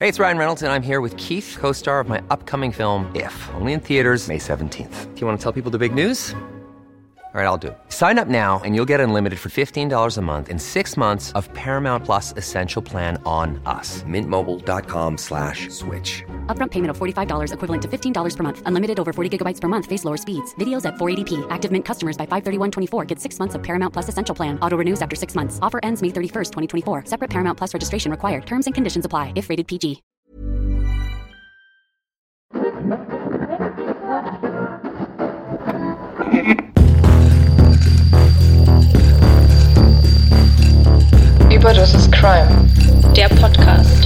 Hey, it's Ryan Reynolds, and I'm here with Keith, co-star of my upcoming film, If, only in theaters May 17th. Do you want to tell people the big news? All right, I'll do it. Sign up now and you'll get unlimited for $15 a month and 6 months of Paramount Plus Essential Plan on us. MintMobile.com/switch. Upfront payment of $45 equivalent to $15 per month. Unlimited over 40 gigabytes per month. Face lower speeds. Videos at 480p. Active Mint customers by 531.24 get 6 months of Paramount Plus Essential Plan. Auto renews after 6 months. Offer ends May 31st, 2024. Separate Paramount Plus registration required. Terms and conditions apply if rated PG. Überdosis Crime, der Podcast.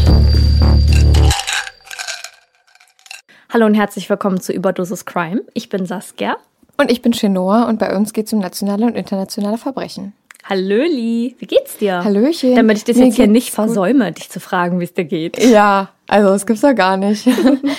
Hallo und herzlich willkommen zu Überdosis Crime. Ich bin Saskia. Und ich bin Chenoa und bei uns geht es um nationale und internationale Verbrechen. Hallöli, wie geht's dir? Hallöchen. Damit ich das jetzt hier nicht versäume, dich zu fragen, wie es dir geht. Ja, also das gibt's ja gar nicht.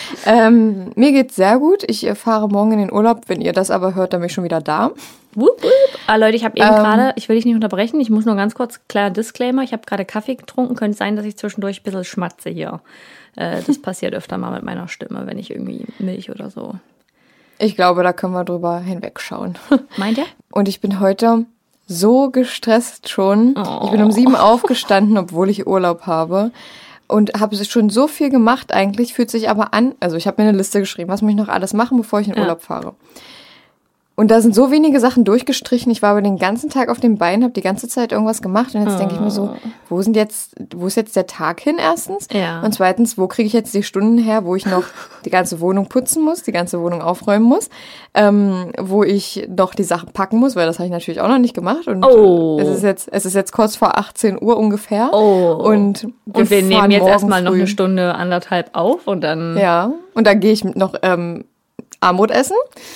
Mir geht's sehr gut. Ich fahre morgen in den Urlaub. Wenn ihr das aber hört, dann bin ich schon wieder da. Wupp, wupp. Leute, ich habe eben gerade, ich will dich nicht unterbrechen, ich muss nur ganz kurz, kleiner Disclaimer, ich habe gerade Kaffee getrunken, könnte sein, dass ich zwischendurch ein bisschen schmatze hier. Das passiert öfter mal mit meiner Stimme, wenn ich irgendwie Milch oder so. Ich glaube, da können wir drüber hinwegschauen. Meint ihr? Und ich bin heute so gestresst schon. Oh. Ich bin um 7 aufgestanden, obwohl ich Urlaub habe. Und habe schon so viel gemacht eigentlich, fühlt sich aber an, also ich habe mir eine Liste geschrieben, was muss ich noch alles machen, bevor ich in Urlaub fahre. Und da sind so wenige Sachen durchgestrichen. Ich war aber den ganzen Tag auf den Beinen, habe die ganze Zeit irgendwas gemacht. Und jetzt denke ich mir so, wo ist jetzt der Tag hin erstens? Ja. Und zweitens, wo kriege ich jetzt die Stunden her, wo ich noch die ganze Wohnung putzen muss, die ganze Wohnung aufräumen muss, wo ich noch die Sachen packen muss, weil das habe ich natürlich auch noch nicht gemacht. Und es ist jetzt kurz vor 18 Uhr ungefähr. Und wir nehmen jetzt erstmal noch eine Stunde, anderthalb auf und dann... Ja, und dann gehe ich noch... Armut essen.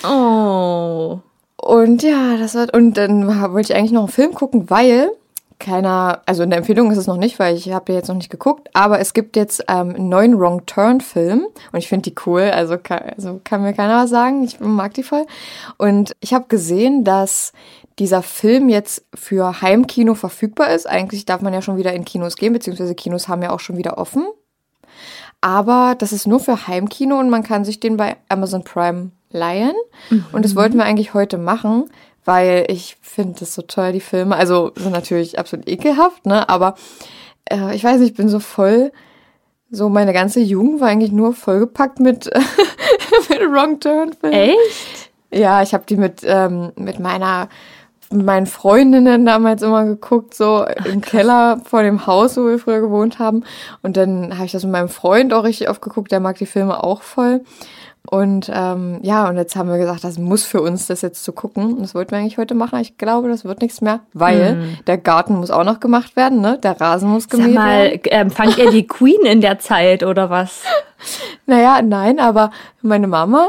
Oh. Und ja, und dann wollte ich eigentlich noch einen Film gucken, weil also in der Empfehlung ist es noch nicht, weil ich habe ja jetzt noch nicht geguckt, aber es gibt jetzt einen neuen Wrong Turn Film und ich finde die cool, also kann mir keiner was sagen, ich mag die voll. Und ich habe gesehen, dass dieser Film jetzt für Heimkino verfügbar ist. Eigentlich darf man ja schon wieder in Kinos gehen, beziehungsweise Kinos haben ja auch schon wieder offen. Aber das ist nur für Heimkino und man kann sich den bei Amazon Prime leihen. Mhm. Und das wollten wir eigentlich heute machen, weil ich finde das so toll, die Filme. Also sind natürlich absolut ekelhaft, ne? Aber ich weiß nicht, ich bin so voll, so meine ganze Jugend war eigentlich nur vollgepackt mit Wrong Turn Filmen. Echt? Ja, ich habe die mit meinen Freundinnen damals immer geguckt, so im Keller vor dem Haus, wo wir früher gewohnt haben. Und dann habe ich das mit meinem Freund auch richtig oft geguckt, der mag die Filme auch voll. Und und jetzt haben wir gesagt, das muss für uns, das jetzt zu gucken. Und das wollten wir eigentlich heute machen. Ich glaube, das wird nichts mehr, weil der Garten muss auch noch gemacht werden, ne? Der Rasen muss gemäht werden. Fangt ihr die Queen in der Zeit oder was? Naja, nein, aber meine Mama,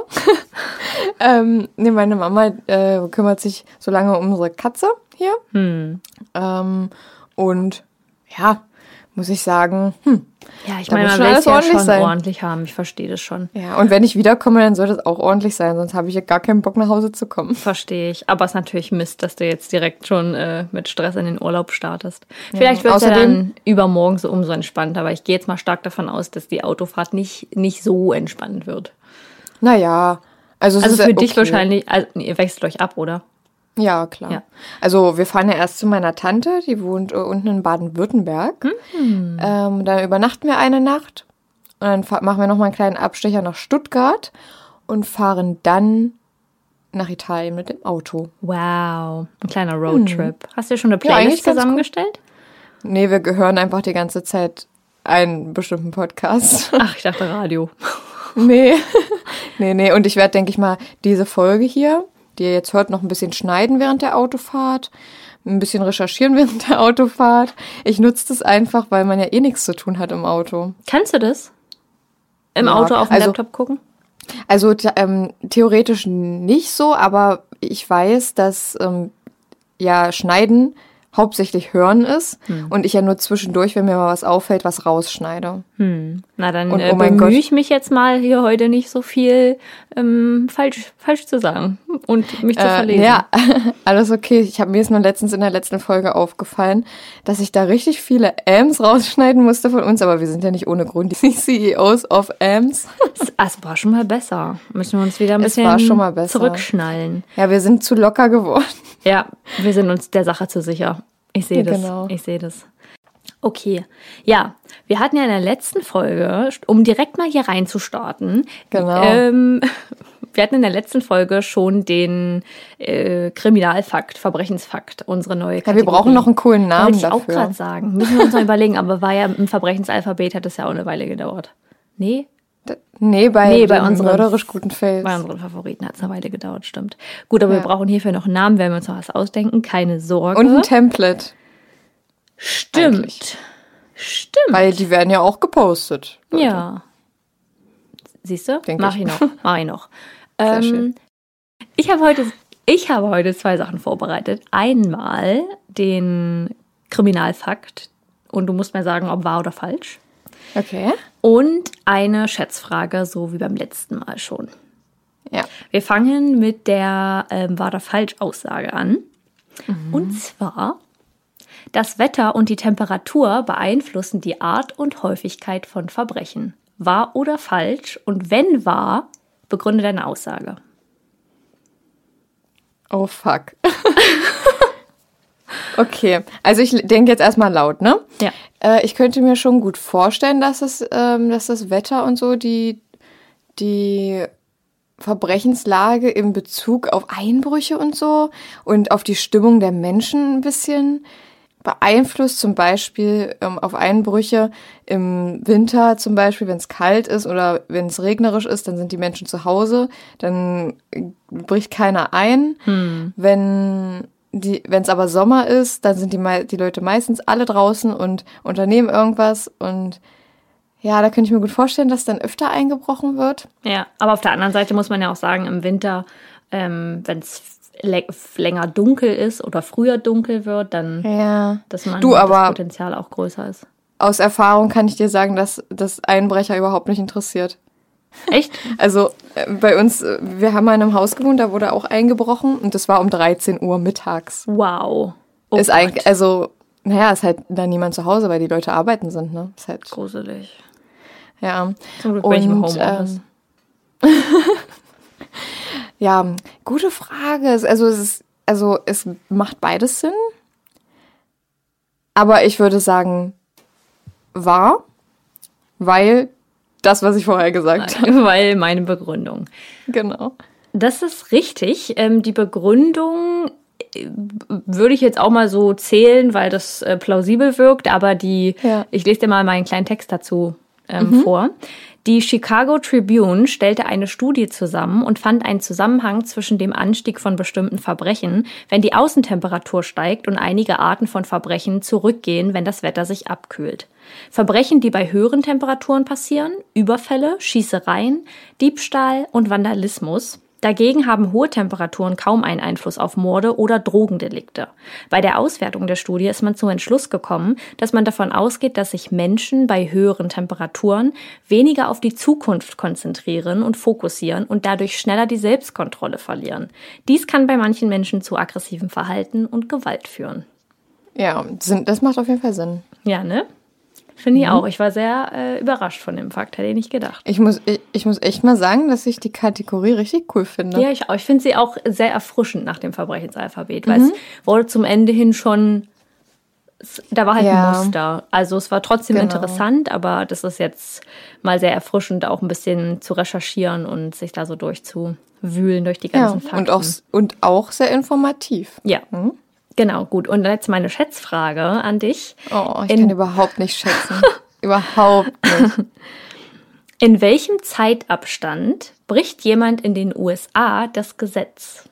kümmert sich so lange um unsere Katze hier. Und ja, muss ich sagen, ja, ich meine, man will es ja schon ordentlich haben, ich verstehe das schon. Ja, und wenn ich wiederkomme, dann soll das auch ordentlich sein, sonst habe ich ja gar keinen Bock nach Hause zu kommen. Verstehe ich, aber es ist natürlich Mist, dass du jetzt direkt schon mit Stress in den Urlaub startest. Vielleicht wird es ja dann übermorgen so umso entspannter, aber ich gehe jetzt mal stark davon aus, dass die Autofahrt nicht so entspannt wird. Naja, also für dich wahrscheinlich, also ihr wechselt euch ab, oder? Ja, klar. Ja. Also wir fahren ja erst zu meiner Tante, die wohnt unten in Baden-Württemberg. Dann übernachten wir eine Nacht und dann machen wir nochmal einen kleinen Abstecher nach Stuttgart und fahren dann nach Italien mit dem Auto. Wow, ein kleiner Roadtrip. Hast du dir schon eine Playlist zusammengestellt? Nee, wir gehören einfach die ganze Zeit einen bestimmten Podcast. Ach, ich dachte Radio. Nee. Und ich werde, denke ich mal, diese Folge hier, die ihr jetzt hört, noch ein bisschen schneiden während der Autofahrt, ein bisschen recherchieren während der Autofahrt. Ich nutze das einfach, weil man ja eh nichts zu tun hat im Auto. Kannst du das? Im Auto auf dem Laptop gucken? Also theoretisch nicht so, aber ich weiß, dass Schneiden hauptsächlich Hören ist und ich ja nur zwischendurch, wenn mir mal was auffällt, was rausschneide. Na, dann Und, oh mein bemühe Gott. ich mich jetzt mal, hier heute nicht so viel falsch zu sagen und mich zu verlesen. Ja, alles okay. Mir ist nur letztens in der letzten Folge aufgefallen, dass ich da richtig viele Ams rausschneiden musste von uns, aber wir sind ja nicht ohne Grund die CEOs of Ams. Es war schon mal besser. Müssen wir uns wieder ein Es bisschen war schon mal besser. zurückschnallen. Ja, wir sind zu locker geworden. Ja, wir sind uns der Sache zu sicher. Ich sehe das. Genau. Ich sehe das. Okay. Ja, wir hatten ja in der letzten Folge, um direkt mal hier reinzustarten, Genau. wir hatten in der letzten Folge schon den Kriminalfakt, Verbrechensfakt, unsere neue Kategorie. Ja, wir brauchen noch einen coolen Namen Wollte ich auch dafür. gerade sagen. Müssen wir uns noch überlegen, aber war ja im Verbrechensalphabet, hat es ja auch eine Weile gedauert. Nee? Nee, bei unseren mörderisch guten Fails. Bei unseren Favoriten hat es eine Weile gedauert, stimmt. Gut, aber Ja. wir brauchen hierfür noch einen Namen, werden wir uns noch was ausdenken, keine Sorge. Und ein Template, Stimmt. eigentlich. Stimmt. weil die werden ja auch gepostet. Ja. Siehst du? Denk Mach ich. ich noch. Sehr schön. Ich habe heute zwei Sachen vorbereitet. Einmal den Kriminalfakt und du musst mir sagen, ob wahr oder falsch. Okay. Und eine Schätzfrage, so wie beim letzten Mal schon. Ja. Wir fangen mit der wahr oder falsch Aussage an. Und zwar, das Wetter und die Temperatur beeinflussen die Art und Häufigkeit von Verbrechen. Wahr oder falsch? Und wenn wahr, begründe deine Aussage. Oh, fuck. Okay, also ich denke jetzt erstmal laut, ne? Ja. Ich könnte mir schon gut vorstellen, dass das Wetter und so die Verbrechenslage in Bezug auf Einbrüche und so und auf die Stimmung der Menschen ein bisschen beeinflusst, zum Beispiel auf Einbrüche im Winter, zum Beispiel, wenn es kalt ist oder wenn es regnerisch ist, dann sind die Menschen zu Hause, dann bricht keiner ein. Wenn es aber Sommer ist, dann sind die Leute meistens alle draußen und unternehmen irgendwas und ja, da könnte ich mir gut vorstellen, dass dann öfter eingebrochen wird. Ja, aber auf der anderen Seite muss man ja auch sagen, im Winter, wenn es länger dunkel ist oder früher dunkel wird, dann Ja. dass man Du, das aber Potenzial auch größer ist. aus Erfahrung kann ich dir sagen, dass das Einbrecher überhaupt nicht interessiert. Echt? Also bei uns, wir haben mal in einem Haus gewohnt, da wurde auch eingebrochen und das war um 13 Uhr mittags. Wow. Oh Ist Gott. eigentlich, also, naja, ist halt da niemand zu Hause, weil die Leute arbeiten sind, ne? Ist halt, Gruselig. ja. Zum Glück bin ich im Homeoffice. Ja, gute Frage. Es macht beides Sinn. Aber ich würde sagen, wahr, weil das, was ich vorher gesagt habe. Weil meine Begründung. Genau. Das ist richtig. Die Begründung würde ich jetzt auch mal so zählen, weil das plausibel wirkt, aber Ja. ich lese dir mal meinen kleinen Text dazu vor. Die Chicago Tribune stellte eine Studie zusammen und fand einen Zusammenhang zwischen dem Anstieg von bestimmten Verbrechen, wenn die Außentemperatur steigt und einige Arten von Verbrechen zurückgehen, wenn das Wetter sich abkühlt. Verbrechen, die bei höheren Temperaturen passieren, Überfälle, Schießereien, Diebstahl und Vandalismus. Dagegen haben hohe Temperaturen kaum einen Einfluss auf Morde oder Drogendelikte. Bei der Auswertung der Studie ist man zum Entschluss gekommen, dass man davon ausgeht, dass sich Menschen bei höheren Temperaturen weniger auf die Zukunft konzentrieren und fokussieren und dadurch schneller die Selbstkontrolle verlieren. Dies kann bei manchen Menschen zu aggressivem Verhalten und Gewalt führen. Ja, das macht auf jeden Fall Sinn. Ja, ne? Finde ich auch. Ich war sehr überrascht von dem Fakt, hätte ich nicht gedacht. Ich muss echt mal sagen, dass ich die Kategorie richtig cool finde. Ja, ich auch. Ich finde sie auch sehr erfrischend nach dem Verbrechensalphabet, weil es wurde zum Ende hin schon, da war halt ein Muster. Also es war trotzdem interessant, aber das ist jetzt mal sehr erfrischend, auch ein bisschen zu recherchieren und sich da so durchzuwühlen durch die ganzen Fakten. Und auch sehr informativ. Ja, genau, gut. Und jetzt meine Schätzfrage an dich. Oh, ich kann überhaupt nicht schätzen. Überhaupt nicht. In welchem Zeitabstand bricht jemand in den USA das Gesetz?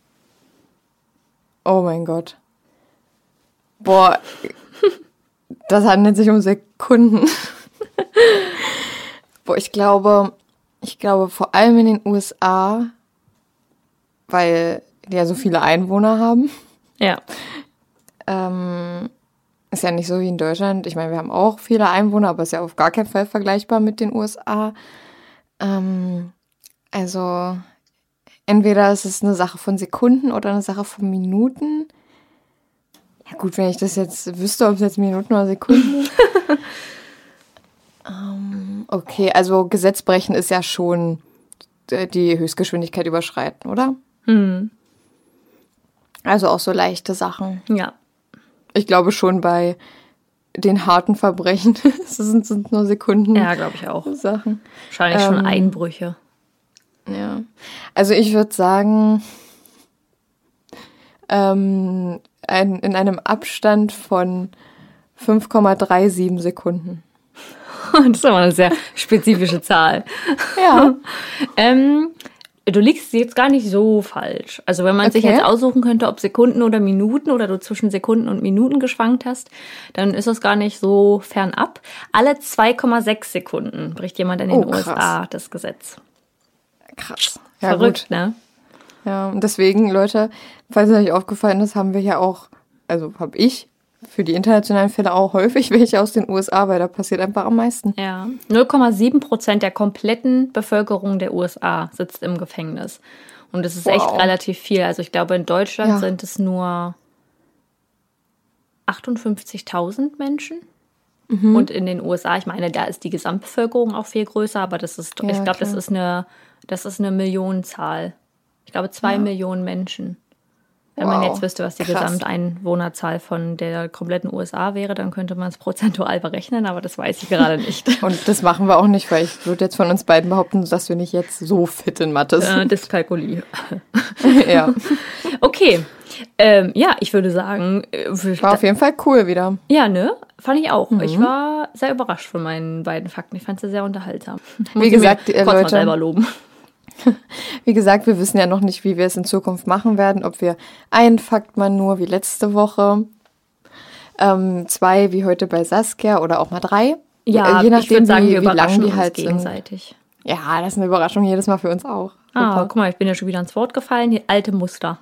Oh mein Gott. Boah, das handelt sich um Sekunden. Boah, ich glaube vor allem in den USA, weil die ja so viele Einwohner haben. Ja. Ist ja nicht so wie in Deutschland. Ich meine, wir haben auch viele Einwohner, aber ist ja auf gar keinen Fall vergleichbar mit den USA. Also entweder ist es eine Sache von Sekunden oder eine Sache von Minuten. Ja gut, wenn ich das jetzt wüsste, ob es jetzt Minuten oder Sekunden ist. Okay, also Gesetz brechen ist ja schon die Höchstgeschwindigkeit überschreiten, oder? Also auch so leichte Sachen. Ja. Ich glaube schon bei den harten Verbrechen sind nur Sekunden. Ja, glaube ich auch. Sachen. Wahrscheinlich schon Einbrüche. Ja. Also ich würde sagen, in einem Abstand von 5,37 Sekunden. Das ist aber eine sehr spezifische Zahl. Ja. Du liegst jetzt gar nicht so falsch. Also wenn man sich jetzt aussuchen könnte, ob Sekunden oder Minuten oder du zwischen Sekunden und Minuten geschwankt hast, dann ist das gar nicht so fernab. Alle 2,6 Sekunden bricht jemand in den USA das Gesetz. Krass. Ja, verrückt, gut. Ne? Ja, und deswegen, Leute, falls es euch aufgefallen ist, haben wir ja auch, also habe ich für die internationalen Fälle auch häufig welche aus den USA, weil da passiert einfach am meisten. Ja, 0,7% der kompletten Bevölkerung der USA sitzt im Gefängnis. Und das ist echt relativ viel. Also ich glaube, in Deutschland sind es nur 58.000 Menschen. Und in den USA, ich meine, da ist die Gesamtbevölkerung auch viel größer, aber das ist, ich glaube, das ist eine Millionenzahl. Ich glaube, 2 Millionen Menschen. Wenn man jetzt wüsste, was die Gesamteinwohnerzahl von der kompletten USA wäre, dann könnte man es prozentual berechnen, aber das weiß ich gerade nicht. Und das machen wir auch nicht, weil ich würde jetzt von uns beiden behaupten, dass wir nicht jetzt so fit in Mathe sind. Dyskalkulie. Ja. Okay. Ich würde sagen... War auf jeden Fall cool wieder. Ja, ne? Fand ich auch. Ich war sehr überrascht von meinen beiden Fakten. Ich fand sie sehr unterhaltsam. Wie gesagt, Leute, mal selber loben. Wie gesagt, wir wissen ja noch nicht, wie wir es in Zukunft machen werden. Ob wir einen Fakt mal nur wie letzte Woche, 2 wie heute bei Saskia oder auch mal 3. Ja, je nachdem, ich würde sagen, wir wie lang überraschen die halt uns gegenseitig. Sind. Ja, das ist eine Überraschung jedes Mal für uns auch. Super. Guck mal, ich bin ja schon wieder ins Wort gefallen. Hier, alte Muster.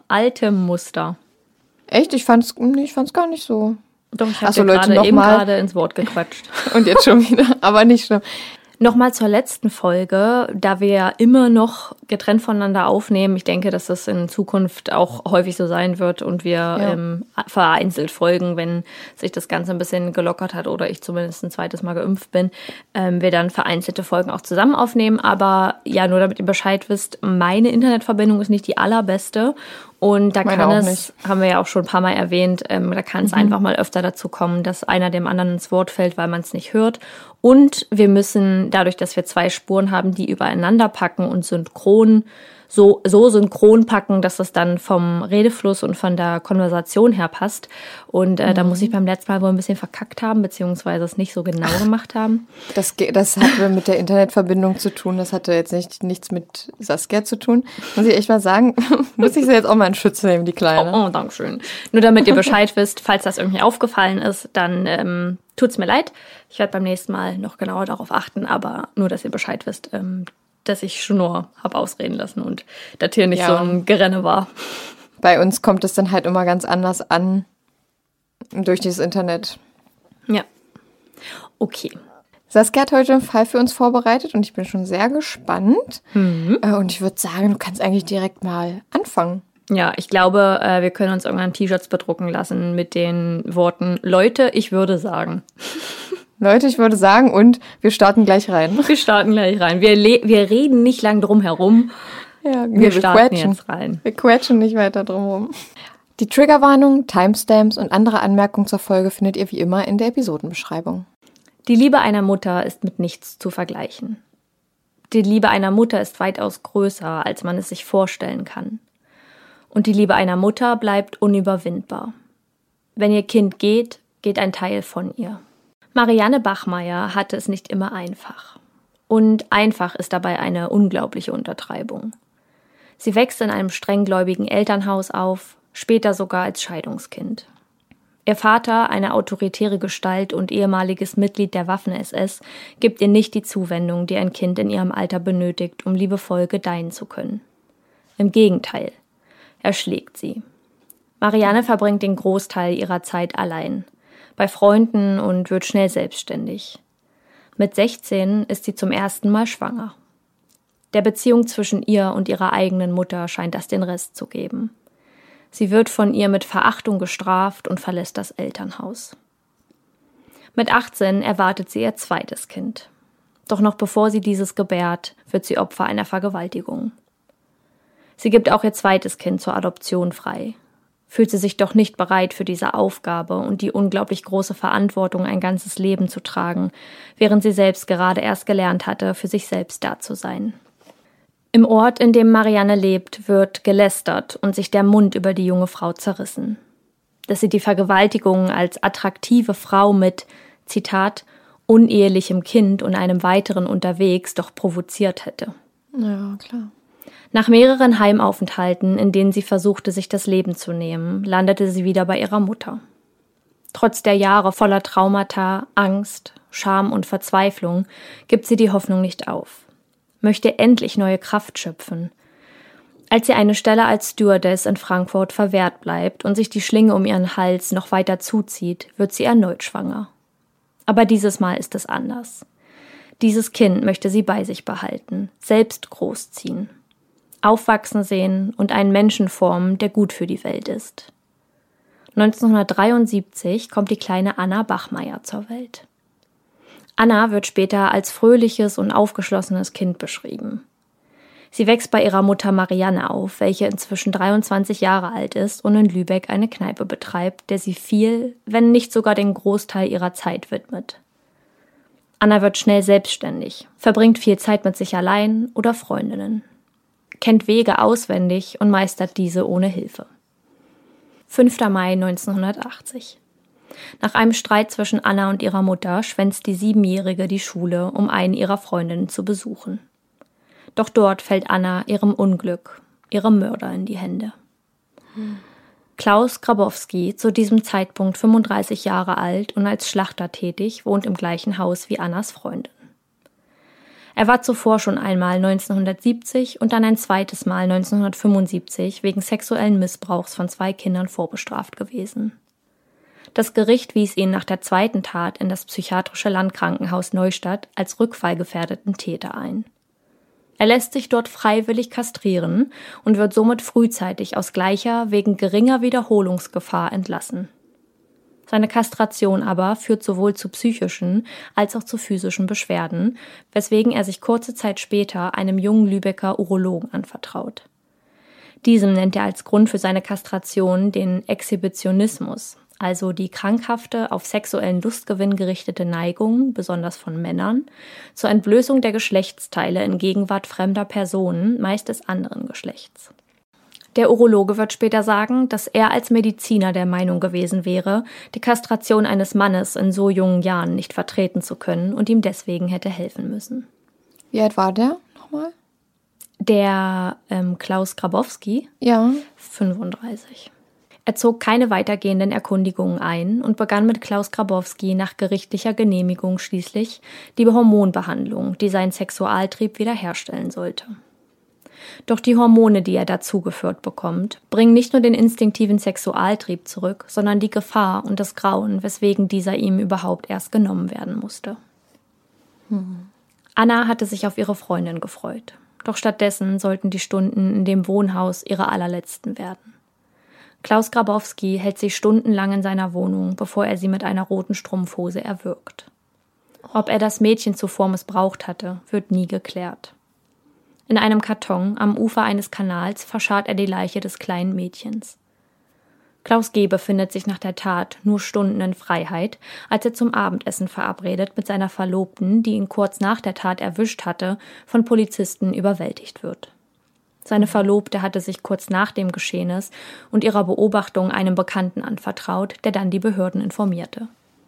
Echt? Ich fand's gar nicht so. Doch, ich habe gerade ins Wort gequatscht. Und jetzt schon wieder, aber nicht schlimm. Nochmal zur letzten Folge, da wir ja immer noch getrennt voneinander aufnehmen. Ich denke, dass das in Zukunft auch häufig so sein wird und wir vereinzelt folgen, wenn sich das Ganze ein bisschen gelockert hat oder ich zumindest ein zweites Mal geimpft bin, wir dann vereinzelte Folgen auch zusammen aufnehmen. Aber ja, nur damit ihr Bescheid wisst, meine Internetverbindung ist nicht die allerbeste. Und da kann es, haben wir ja auch schon ein paar Mal erwähnt, da kann es einfach mal öfter dazu kommen, dass einer dem anderen ins Wort fällt, weil man es nicht hört. Und wir müssen, dadurch, dass wir 2 Spuren haben, die übereinander packen und synchron, so synchron packen, dass es dann vom Redefluss und von der Konversation her passt. Und da muss ich beim letzten Mal wohl ein bisschen verkackt haben, beziehungsweise es nicht so genau gemacht haben. Das hatte mit der Internetverbindung zu tun. Das hatte jetzt nichts mit Saskia zu tun. Muss ich echt mal sagen, muss ich sie jetzt auch mal in Schutz nehmen, die Kleine. Oh, danke schön. Nur damit ihr Bescheid wisst, falls das irgendwie aufgefallen ist, dann tut's mir leid. Ich werde beim nächsten Mal noch genauer darauf achten, aber nur, dass ihr Bescheid wisst, dass ich Schnur habe ausreden lassen und das hier nicht so ein Gerenne war. Bei uns kommt es dann halt immer ganz anders an durch dieses Internet. Ja. Okay. Saskia hat heute einen Fall für uns vorbereitet und ich bin schon sehr gespannt. Und ich würde sagen, du kannst eigentlich direkt mal anfangen. Ja, ich glaube, wir können uns irgendwann T-Shirts bedrucken lassen mit den Worten Leute, ich würde sagen. Leute, ich würde sagen, und wir starten gleich rein. Wir starten gleich rein. Wir reden nicht lang drum herum. Ja, wir starten jetzt rein. Wir quetschen nicht weiter drum herum. Die Triggerwarnung, Timestamps und andere Anmerkungen zur Folge findet ihr wie immer in der Episodenbeschreibung. Die Liebe einer Mutter ist mit nichts zu vergleichen. Die Liebe einer Mutter ist weitaus größer, als man es sich vorstellen kann. Und die Liebe einer Mutter bleibt unüberwindbar. Wenn ihr Kind geht, geht ein Teil von ihr. Marianne Bachmeier hatte es nicht immer einfach. Und einfach ist dabei eine unglaubliche Untertreibung. Sie wächst in einem strenggläubigen Elternhaus auf, später sogar als Scheidungskind. Ihr Vater, eine autoritäre Gestalt und ehemaliges Mitglied der Waffen-SS, gibt ihr nicht die Zuwendung, die ein Kind in ihrem Alter benötigt, um liebevoll gedeihen zu können. Im Gegenteil, er schlägt sie. Marianne verbringt den Großteil ihrer Zeit allein. bei Freunden und wird schnell selbstständig. Mit 16 ist sie zum ersten Mal schwanger. Der Beziehung zwischen ihr und ihrer eigenen Mutter scheint das den Rest zu geben. Sie wird von ihr mit Verachtung gestraft und verlässt das Elternhaus. Mit 18 erwartet sie ihr zweites Kind. Doch noch bevor sie dieses gebärt, wird sie Opfer einer Vergewaltigung. Sie gibt auch ihr zweites Kind zur Adoption frei. Fühlt sie sich doch nicht bereit für diese Aufgabe und die unglaublich große Verantwortung, ein ganzes Leben zu tragen, während sie selbst gerade erst gelernt hatte, für sich selbst da zu sein. Im Ort, in dem Marianne lebt, wird gelästert und sich der Mund über die junge Frau zerrissen. Dass sie die Vergewaltigung als attraktive Frau mit, Zitat, unehelichem Kind und einem weiteren unterwegs doch provoziert hätte. Ja, klar. Nach mehreren Heimaufenthalten, in denen sie versuchte, sich das Leben zu nehmen, landete sie wieder bei ihrer Mutter. Trotz der Jahre voller Traumata, Angst, Scham und Verzweiflung gibt sie die Hoffnung nicht auf. Möchte endlich neue Kraft schöpfen. Als ihr eine Stelle als Stewardess in Frankfurt verwehrt bleibt und sich die Schlinge um ihren Hals noch weiter zuzieht, wird sie erneut schwanger. Aber dieses Mal ist es anders. Dieses Kind möchte sie bei sich behalten, selbst großziehen, aufwachsen sehen und einen Menschen formen, der gut für die Welt ist. 1973 kommt die kleine Anna Bachmeier zur Welt. Anna wird später als fröhliches und aufgeschlossenes Kind beschrieben. Sie wächst bei ihrer Mutter Marianne auf, welche inzwischen 23 Jahre alt ist und in Lübeck eine Kneipe betreibt, der sie viel, wenn nicht sogar den Großteil ihrer Zeit widmet. Anna wird schnell selbstständig, verbringt viel Zeit mit sich allein oder Freundinnen, kennt Wege auswendig und meistert diese ohne Hilfe. 5. Mai 1980. Nach einem Streit zwischen Anna und ihrer Mutter schwänzt die 7-Jährige die Schule, um einen ihrer Freundinnen zu besuchen. Doch dort fällt Anna ihrem Unglück, ihrem Mörder in die Hände. Klaus Grabowski, zu diesem Zeitpunkt 35 Jahre alt und als Schlachter tätig, wohnt im gleichen Haus wie Annas Freundin. Er war zuvor schon einmal 1970 und dann ein zweites Mal 1975 wegen sexuellen Missbrauchs von 2 Kindern vorbestraft gewesen. Das Gericht wies ihn nach der zweiten Tat in das psychiatrische Landkrankenhaus Neustadt als rückfallgefährdeten Täter ein. Er lässt sich dort freiwillig kastrieren und wird somit frühzeitig aus gleicher, wegen geringer Wiederholungsgefahr entlassen. Seine Kastration aber führt sowohl zu psychischen als auch zu physischen Beschwerden, weswegen er sich kurze Zeit später einem jungen Lübecker Urologen anvertraut. Diesem nennt er als Grund für seine Kastration den Exhibitionismus, also die krankhafte, auf sexuellen Lustgewinn gerichtete Neigung, besonders von Männern, zur Entblößung der Geschlechtsteile in Gegenwart fremder Personen, meist des anderen Geschlechts. Der Urologe wird später sagen, dass er als Mediziner der Meinung gewesen wäre, die Kastration eines Mannes in so jungen Jahren nicht vertreten zu können und ihm deswegen hätte helfen müssen. Wie alt war der nochmal? Der Klaus Grabowski? Ja. 35. Er zog keine weitergehenden Erkundigungen ein und begann mit Klaus Grabowski nach gerichtlicher Genehmigung schließlich die Hormonbehandlung, die seinen Sexualtrieb wiederherstellen sollte. Doch die Hormone, die er dazugeführt bekommt, bringen nicht nur den instinktiven Sexualtrieb zurück, sondern die Gefahr und das Grauen, weswegen dieser ihm überhaupt erst genommen werden musste. Anna hatte sich auf ihre Freundin gefreut. Doch stattdessen sollten die Stunden in dem Wohnhaus ihre allerletzten werden. Klaus Grabowski hält sie stundenlang in seiner Wohnung, bevor er sie mit einer roten Strumpfhose erwürgt. Ob er das Mädchen zuvor missbraucht hatte, wird nie geklärt. In einem Karton am Ufer eines Kanals verscharrt er die Leiche des kleinen Mädchens. Klaus G. befindet sich nach der Tat nur Stunden in Freiheit, als er zum Abendessen verabredet mit seiner Verlobten, die ihn kurz nach der Tat erwischt hatte, von Polizisten überwältigt wird. Seine Verlobte hatte sich kurz nach dem Geschehnis und ihrer Beobachtung einem Bekannten anvertraut, der dann die Behörden informierte.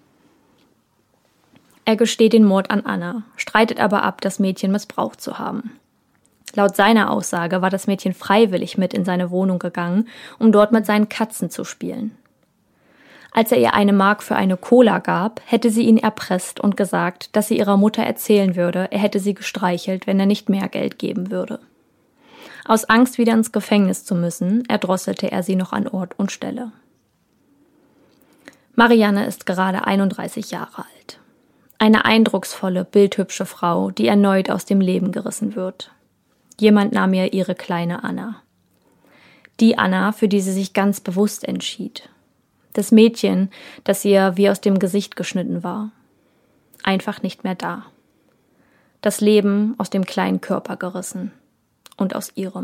Er gesteht den Mord an Anna, streitet aber ab, das Mädchen missbraucht zu haben. Laut seiner Aussage war das Mädchen freiwillig mit in seine Wohnung gegangen, um dort mit seinen Katzen zu spielen. Als er ihr 1 Mark für eine Cola gab, hätte sie ihn erpresst und gesagt, dass sie ihrer Mutter erzählen würde, er hätte sie gestreichelt, wenn er nicht mehr Geld geben würde. Aus Angst, wieder ins Gefängnis zu müssen, erdrosselte er sie noch an Ort und Stelle. Marianne ist gerade 31 Jahre alt. Eine eindrucksvolle, bildhübsche Frau, die erneut aus dem Leben gerissen wird. Jemand nahm ihr ihre kleine Anna. Die Anna, für die sie sich ganz bewusst entschied. Das Mädchen, das ihr wie aus dem Gesicht geschnitten war. Einfach nicht mehr da. Das Leben aus dem kleinen Körper gerissen. Und aus ihrem.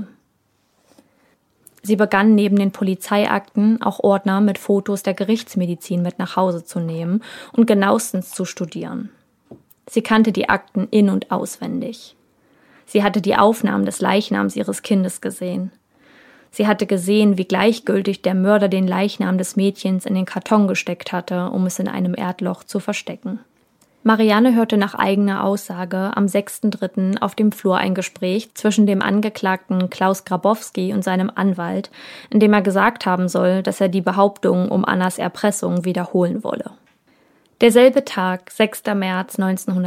Sie begann neben den Polizeiakten auch Ordner mit Fotos der Gerichtsmedizin mit nach Hause zu nehmen und genauestens zu studieren. Sie kannte die Akten in- und auswendig. Sie hatte die Aufnahmen des Leichnams ihres Kindes gesehen. Sie hatte gesehen, wie gleichgültig der Mörder den Leichnam des Mädchens in den Karton gesteckt hatte, um es in einem Erdloch zu verstecken. Marianne hörte nach eigener Aussage am 6.3. auf dem Flur ein Gespräch zwischen dem Angeklagten Klaus Grabowski und seinem Anwalt, in dem er gesagt haben soll, dass er die Behauptung um Annas Erpressung wiederholen wolle. Derselbe Tag, 6. März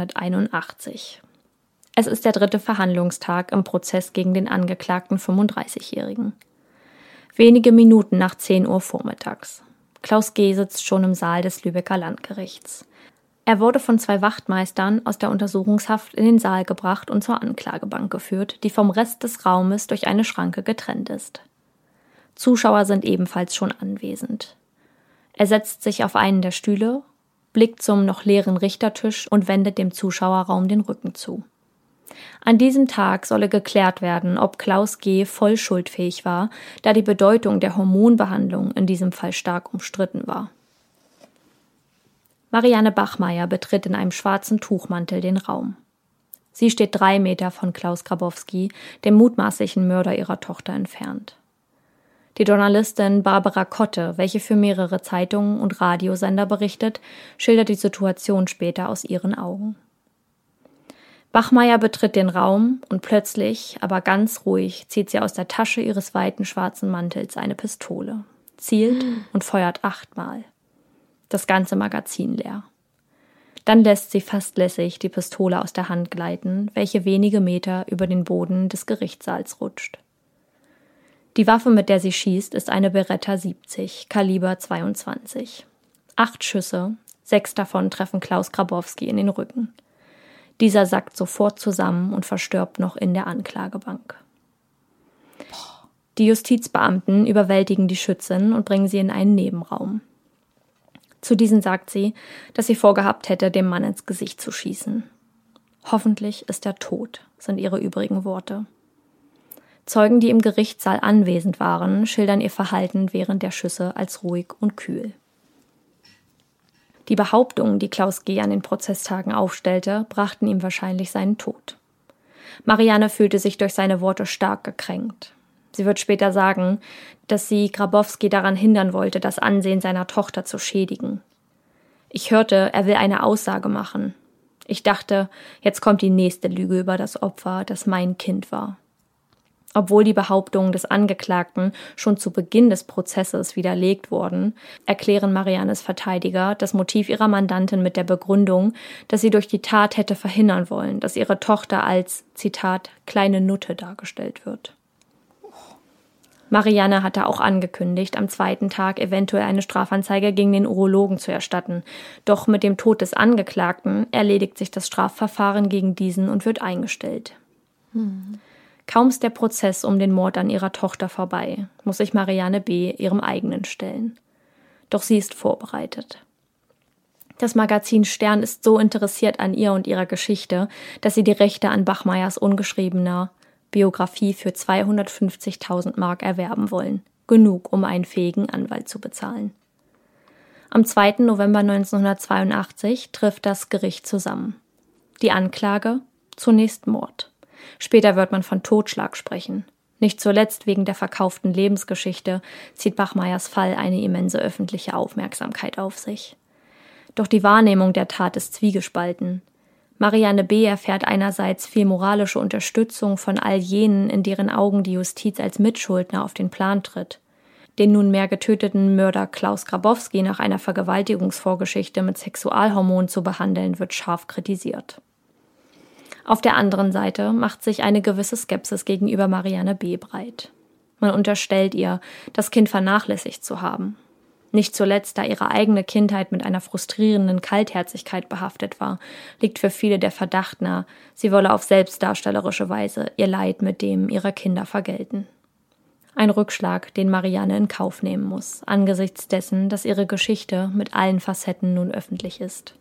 1981. Es ist der 3. Verhandlungstag im Prozess gegen den angeklagten 35-Jährigen. Wenige Minuten nach 10 Uhr vormittags. Klaus G. sitzt schon im Saal des Lübecker Landgerichts. Er wurde von 2 Wachtmeistern aus der Untersuchungshaft in den Saal gebracht und zur Anklagebank geführt, die vom Rest des Raumes durch eine Schranke getrennt ist. Zuschauer sind ebenfalls schon anwesend. Er setzt sich auf einen der Stühle, blickt zum noch leeren Richtertisch und wendet dem Zuschauerraum den Rücken zu. An diesem Tag solle geklärt werden, ob Klaus G. voll schuldfähig war, da die Bedeutung der Hormonbehandlung in diesem Fall stark umstritten war. Marianne Bachmeier betritt in einem schwarzen Tuchmantel den Raum. Sie steht 3 Meter von Klaus Grabowski, dem mutmaßlichen Mörder ihrer Tochter, entfernt. Die Journalistin Barbara Kotte, welche für mehrere Zeitungen und Radiosender berichtet, schildert die Situation später aus ihren Augen. Bachmeier betritt den Raum und plötzlich, aber ganz ruhig, zieht sie aus der Tasche ihres weiten schwarzen Mantels eine Pistole, zielt und feuert 8-mal. Das ganze Magazin leer. Dann lässt sie fast lässig die Pistole aus der Hand gleiten, welche wenige Meter über den Boden des Gerichtssaals rutscht. Die Waffe, mit der sie schießt, ist eine Beretta 70, Kaliber 22. 8 Schüsse, 6 davon treffen Klaus Grabowski in den Rücken. Dieser sackt sofort zusammen und verstirbt noch in der Anklagebank. Die Justizbeamten überwältigen die Schützin und bringen sie in einen Nebenraum. Zu diesen sagt sie, dass sie vorgehabt hätte, dem Mann ins Gesicht zu schießen. Hoffentlich ist er tot, sind ihre übrigen Worte. Zeugen, die im Gerichtssaal anwesend waren, schildern ihr Verhalten während der Schüsse als ruhig und kühl. Die Behauptungen, die Klaus G. an den Prozesstagen aufstellte, brachten ihm wahrscheinlich seinen Tod. Marianne fühlte sich durch seine Worte stark gekränkt. Sie wird später sagen, dass sie Grabowski daran hindern wollte, das Ansehen seiner Tochter zu schädigen. Ich hörte, er will eine Aussage machen. Ich dachte, jetzt kommt die nächste Lüge über das Opfer, das mein Kind war. Obwohl die Behauptungen des Angeklagten schon zu Beginn des Prozesses widerlegt wurden, erklären Mariannes Verteidiger das Motiv ihrer Mandantin mit der Begründung, dass sie durch die Tat hätte verhindern wollen, dass ihre Tochter als, Zitat, kleine Nutte dargestellt wird. Marianne hatte auch angekündigt, am 2. Tag eventuell eine Strafanzeige gegen den Urologen zu erstatten. Doch mit dem Tod des Angeklagten erledigt sich das Strafverfahren gegen diesen und wird eingestellt. Kaum ist der Prozess um den Mord an ihrer Tochter vorbei, muss sich Marianne B. ihrem eigenen stellen. Doch sie ist vorbereitet. Das Magazin Stern ist so interessiert an ihr und ihrer Geschichte, dass sie die Rechte an Bachmeiers ungeschriebener Biografie für 250.000 Mark erwerben wollen. Genug, um einen fähigen Anwalt zu bezahlen. Am 2. November 1982 trifft das Gericht zusammen. Die Anklage? Zunächst Mord. Später wird man von Totschlag sprechen. Nicht zuletzt wegen der verkauften Lebensgeschichte zieht Bachmeiers Fall eine immense öffentliche Aufmerksamkeit auf sich. Doch die Wahrnehmung der Tat ist zwiegespalten. Marianne B. erfährt einerseits viel moralische Unterstützung von all jenen, in deren Augen die Justiz als Mitschuldner auf den Plan tritt. Den nunmehr getöteten Mörder Klaus Grabowski nach einer Vergewaltigungsvorgeschichte mit Sexualhormonen zu behandeln, wird scharf kritisiert. Auf der anderen Seite macht sich eine gewisse Skepsis gegenüber Marianne B. breit. Man unterstellt ihr, das Kind vernachlässigt zu haben. Nicht zuletzt, da ihre eigene Kindheit mit einer frustrierenden Kaltherzigkeit behaftet war, liegt für viele der Verdacht nahe, sie wolle auf selbstdarstellerische Weise ihr Leid mit dem ihrer Kinder vergelten. Ein Rückschlag, den Marianne in Kauf nehmen muss, angesichts dessen, dass ihre Geschichte mit allen Facetten nun öffentlich ist.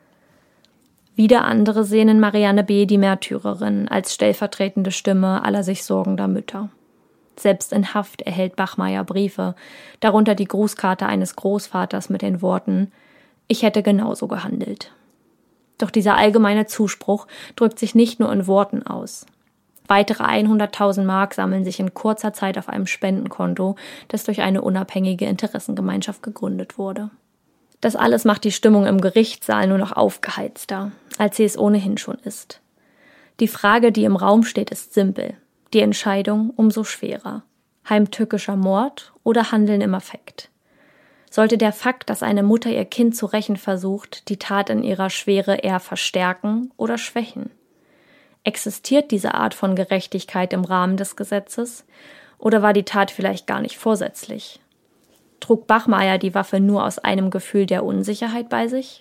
Wieder andere sehen in Marianne B. die Märtyrerin als stellvertretende Stimme aller sich sorgender Mütter. Selbst in Haft erhält Bachmeier Briefe, darunter die Grußkarte eines Großvaters mit den Worten: »Ich hätte genauso gehandelt.« Doch dieser allgemeine Zuspruch drückt sich nicht nur in Worten aus. Weitere 100.000 Mark sammeln sich in kurzer Zeit auf einem Spendenkonto, das durch eine unabhängige Interessengemeinschaft gegründet wurde. Das alles macht die Stimmung im Gerichtssaal nur noch aufgeheizter, als sie es ohnehin schon ist. Die Frage, die im Raum steht, ist simpel. Die Entscheidung umso schwerer. Heimtückischer Mord oder Handeln im Affekt? Sollte der Fakt, dass eine Mutter ihr Kind zu rächen versucht, die Tat in ihrer Schwere eher verstärken oder schwächen? Existiert diese Art von Gerechtigkeit im Rahmen des Gesetzes? Oder war die Tat vielleicht gar nicht vorsätzlich? Trug Bachmeier die Waffe nur aus einem Gefühl der Unsicherheit bei sich?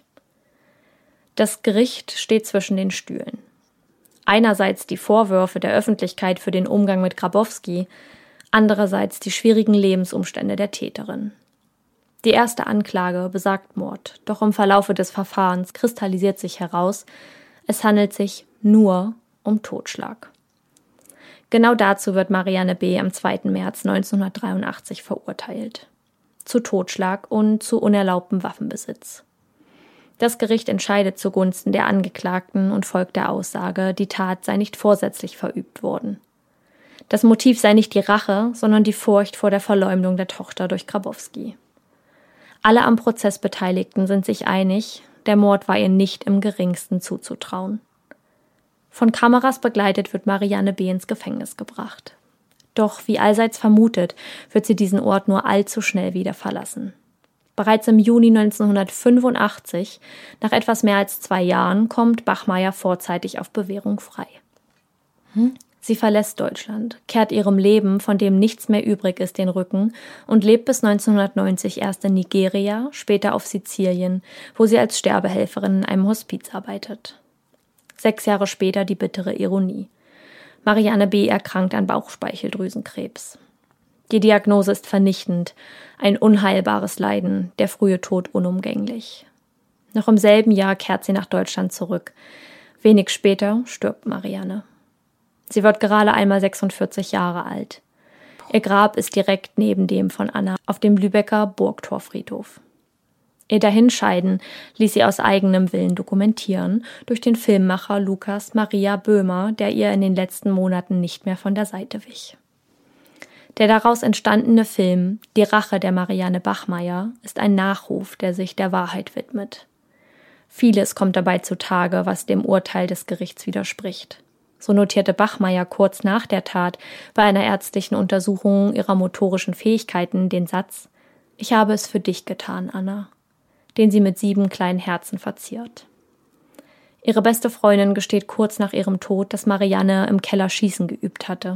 Das Gericht steht zwischen den Stühlen. Einerseits die Vorwürfe der Öffentlichkeit für den Umgang mit Grabowski, andererseits die schwierigen Lebensumstände der Täterin. Die erste Anklage besagt Mord, doch im Verlaufe des Verfahrens kristallisiert sich heraus, es handelt sich nur um Totschlag. Genau dazu wird Marianne B. am 2. März 1983 verurteilt. Zu Totschlag und zu unerlaubtem Waffenbesitz. Das Gericht entscheidet zugunsten der Angeklagten und folgt der Aussage, die Tat sei nicht vorsätzlich verübt worden. Das Motiv sei nicht die Rache, sondern die Furcht vor der Verleumdung der Tochter durch Grabowski. Alle am Prozess Beteiligten sind sich einig, der Mord war ihr nicht im geringsten zuzutrauen. Von Kameras begleitet wird Marianne B. ins Gefängnis gebracht. Doch, wie allseits vermutet, wird sie diesen Ort nur allzu schnell wieder verlassen. Bereits im Juni 1985, nach etwas mehr als 2 Jahren, kommt Bachmeier vorzeitig auf Bewährung frei. Sie verlässt Deutschland, kehrt ihrem Leben, von dem nichts mehr übrig ist, den Rücken und lebt bis 1990 erst in Nigeria, später auf Sizilien, wo sie als Sterbehelferin in einem Hospiz arbeitet. 6 Jahre später die bittere Ironie. Marianne B. erkrankt an Bauchspeicheldrüsenkrebs. Die Diagnose ist vernichtend, ein unheilbares Leiden, der frühe Tod unumgänglich. Noch im selben Jahr kehrt sie nach Deutschland zurück. Wenig später stirbt Marianne. Sie wird gerade einmal 46 Jahre alt. Ihr Grab ist direkt neben dem von Anna auf dem Lübecker Burgtorfriedhof. Ihr Dahinscheiden ließ sie aus eigenem Willen dokumentieren durch den Filmemacher Lukas Maria Böhmer, der ihr in den letzten Monaten nicht mehr von der Seite wich. Der daraus entstandene Film Die Rache der Marianne Bachmeier ist ein Nachruf, der sich der Wahrheit widmet. Vieles kommt dabei zutage, was dem Urteil des Gerichts widerspricht. So notierte Bachmeier kurz nach der Tat bei einer ärztlichen Untersuchung ihrer motorischen Fähigkeiten den Satz: »Ich habe es für dich getan, Anna«, den sie mit 7 kleinen Herzen verziert. Ihre beste Freundin gesteht kurz nach ihrem Tod, dass Marianne im Keller Schießen geübt hatte.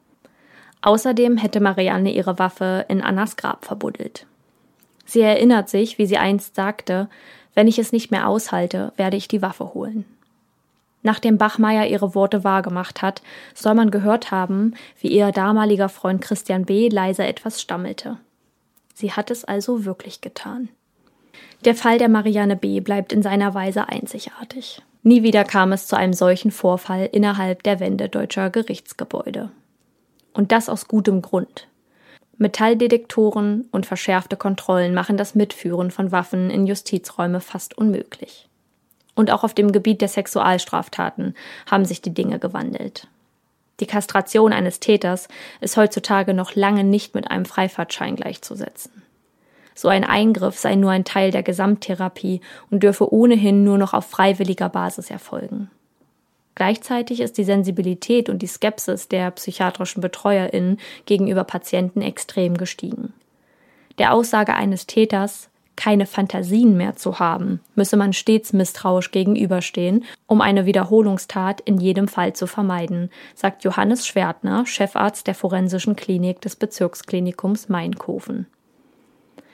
Außerdem hätte Marianne ihre Waffe in Annas Grab verbuddelt. Sie erinnert sich, wie sie einst sagte: »Wenn ich es nicht mehr aushalte, werde ich die Waffe holen.« Nachdem Bachmeier ihre Worte wahrgemacht hat, soll man gehört haben, wie ihr damaliger Freund Christian B. leise etwas stammelte. Sie hat es also wirklich getan. Der Fall der Marianne B. bleibt in seiner Weise einzigartig. Nie wieder kam es zu einem solchen Vorfall innerhalb der Wände deutscher Gerichtsgebäude. Und das aus gutem Grund. Metalldetektoren und verschärfte Kontrollen machen das Mitführen von Waffen in Justizräume fast unmöglich. Und auch auf dem Gebiet der Sexualstraftaten haben sich die Dinge gewandelt. Die Kastration eines Täters ist heutzutage noch lange nicht mit einem Freifahrtschein gleichzusetzen. So ein Eingriff sei nur ein Teil der Gesamttherapie und dürfe ohnehin nur noch auf freiwilliger Basis erfolgen. Gleichzeitig ist die Sensibilität und die Skepsis der psychiatrischen BetreuerInnen gegenüber Patienten extrem gestiegen. Der Aussage eines Täters, keine Fantasien mehr zu haben, müsse man stets misstrauisch gegenüberstehen, um eine Wiederholungstat in jedem Fall zu vermeiden, sagt Johannes Schwertner, Chefarzt der forensischen Klinik des Bezirksklinikums Mayenkofen.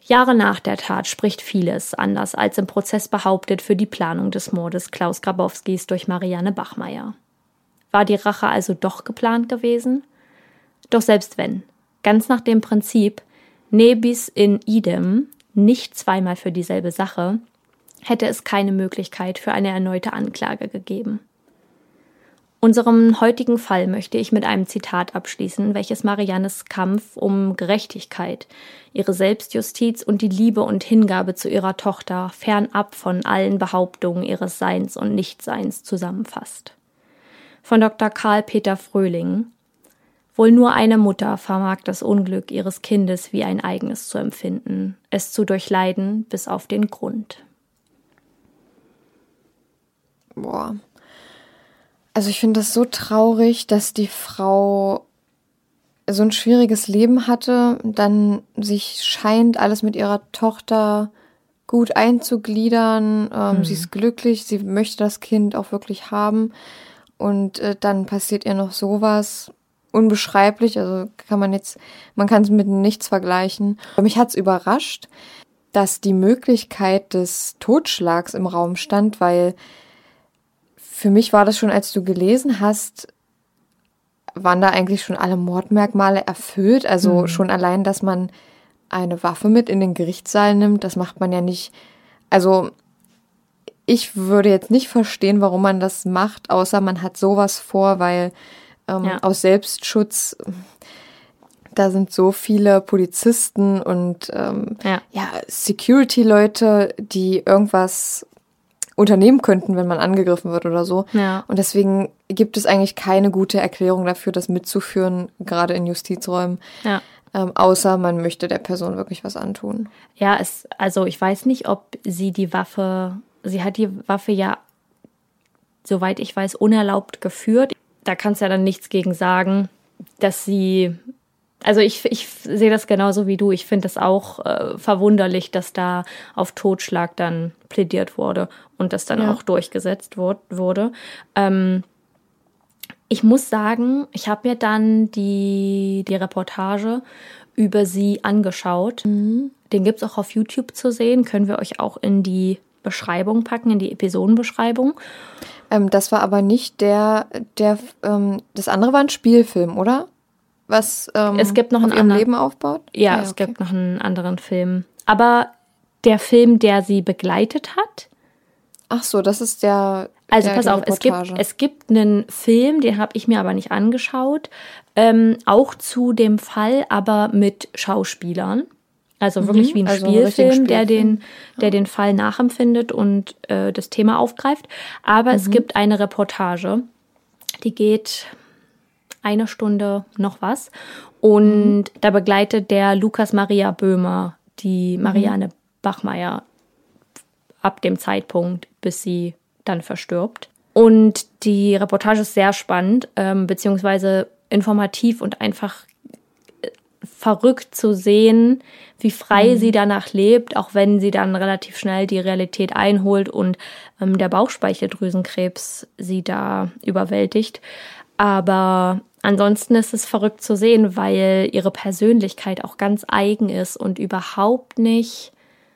Jahre nach der Tat spricht vieles, anders als im Prozess behauptet, für die Planung des Mordes Klaus Grabowskis durch Marianne Bachmeier. War die Rache also doch geplant gewesen? Doch selbst wenn, ganz nach dem Prinzip ne bis in idem, nicht zweimal für dieselbe Sache, hätte es keine Möglichkeit für eine erneute Anklage gegeben. Unserem heutigen Fall möchte ich mit einem Zitat abschließen, welches Mariannes Kampf um Gerechtigkeit, ihre Selbstjustiz und die Liebe und Hingabe zu ihrer Tochter fernab von allen Behauptungen ihres Seins und Nichtseins zusammenfasst. Von Dr. Karl-Peter Fröhling: Wohl nur eine Mutter vermag das Unglück ihres Kindes wie ein eigenes zu empfinden, es zu durchleiden bis auf den Grund. Boah. Also ich finde das so traurig, dass die Frau so ein schwieriges Leben hatte, dann sich scheint, alles mit ihrer Tochter gut einzugliedern. Sie ist glücklich, sie möchte das Kind auch wirklich haben. Und dann passiert ihr noch sowas. Unbeschreiblich, also man kann es mit nichts vergleichen. Mich hat es überrascht, dass die Möglichkeit des Totschlags im Raum stand, weil für mich war das schon, als du gelesen hast, waren da eigentlich schon alle Mordmerkmale erfüllt. Also schon allein, dass man eine Waffe mit in den Gerichtssaal nimmt, das macht man ja nicht. Also ich würde jetzt nicht verstehen, warum man das macht, außer man hat sowas vor, weil aus Selbstschutz, da sind so viele Polizisten und Security-Leute, die irgendwas unternehmen könnten, wenn man angegriffen wird oder so. Ja. Und deswegen gibt es eigentlich keine gute Erklärung dafür, das mitzuführen, gerade in Justizräumen. Ja. Außer man möchte der Person wirklich was antun. Ja, also ich weiß nicht, ob sie hat die Waffe ja, soweit ich weiß, unerlaubt geführt. Da kannst du ja dann nichts gegen sagen, dass sie, also ich sehe das genauso wie du. Ich finde es auch verwunderlich, dass da auf Totschlag dann plädiert wurde und das dann auch durchgesetzt wurde. Ich muss sagen, ich habe mir dann die Reportage über sie angeschaut. Den gibt es auch auf YouTube zu sehen. Können wir euch auch in die Beschreibung packen, in die Episodenbeschreibung. Das war aber nicht das andere war ein Spielfilm, oder? Was es gibt noch auf ihrem Leben aufbaut? Ja, es gibt noch einen anderen Film. Aber der Film, der sie begleitet hat. Ach so, das ist der. Also pass auf, es gibt einen Film, den habe ich mir aber nicht angeschaut, auch zu dem Fall, aber mit Schauspielern. Also wirklich wie ein Spielfilm, der den Fall nachempfindet und das Thema aufgreift. Aber es gibt eine Reportage, die geht 1 Stunde noch was. Und da begleitet der Lukas Maria Böhmer die Marianne Bachmeier ab dem Zeitpunkt, bis sie dann verstirbt. Und die Reportage ist sehr spannend, beziehungsweise informativ und einfach verrückt zu sehen, wie frei sie danach lebt, auch wenn sie dann relativ schnell die Realität einholt und der Bauchspeicheldrüsenkrebs sie da überwältigt. Aber ansonsten ist es verrückt zu sehen, weil ihre Persönlichkeit auch ganz eigen ist und überhaupt nicht.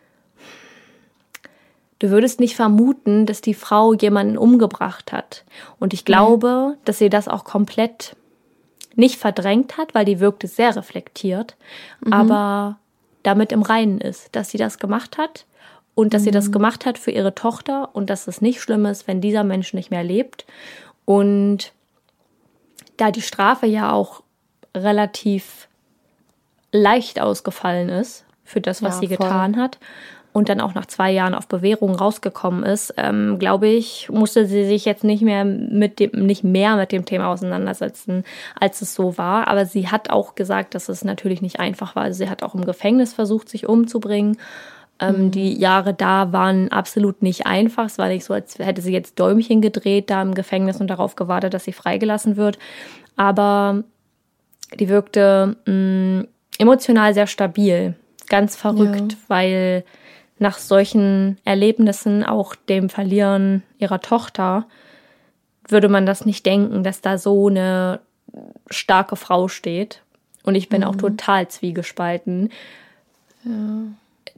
Du würdest nicht vermuten, dass die Frau jemanden umgebracht hat. Und ich glaube, dass sie das auch komplett nicht verdrängt hat, weil die wirkte sehr reflektiert, aber damit im Reinen ist, dass sie das gemacht hat und dass sie das gemacht hat für ihre Tochter und dass es nicht schlimm ist, wenn dieser Mensch nicht mehr lebt. Und da die Strafe ja auch relativ leicht ausgefallen ist für das, was sie getan hat und dann auch nach 2 Jahren auf Bewährung rausgekommen ist, glaube ich, musste sie sich jetzt nicht mehr mit dem Thema auseinandersetzen, als es so war. Aber sie hat auch gesagt, dass es natürlich nicht einfach war. Also sie hat auch im Gefängnis versucht, sich umzubringen. Die Jahre da waren absolut nicht einfach. Es war nicht so, als hätte sie jetzt Däumchen gedreht da im Gefängnis und darauf gewartet, dass sie freigelassen wird. Aber die wirkte emotional sehr stabil. Ganz verrückt, weil nach solchen Erlebnissen, auch dem Verlieren ihrer Tochter, würde man das nicht denken, dass da so eine starke Frau steht. Und ich bin auch total zwiegespalten. Ja.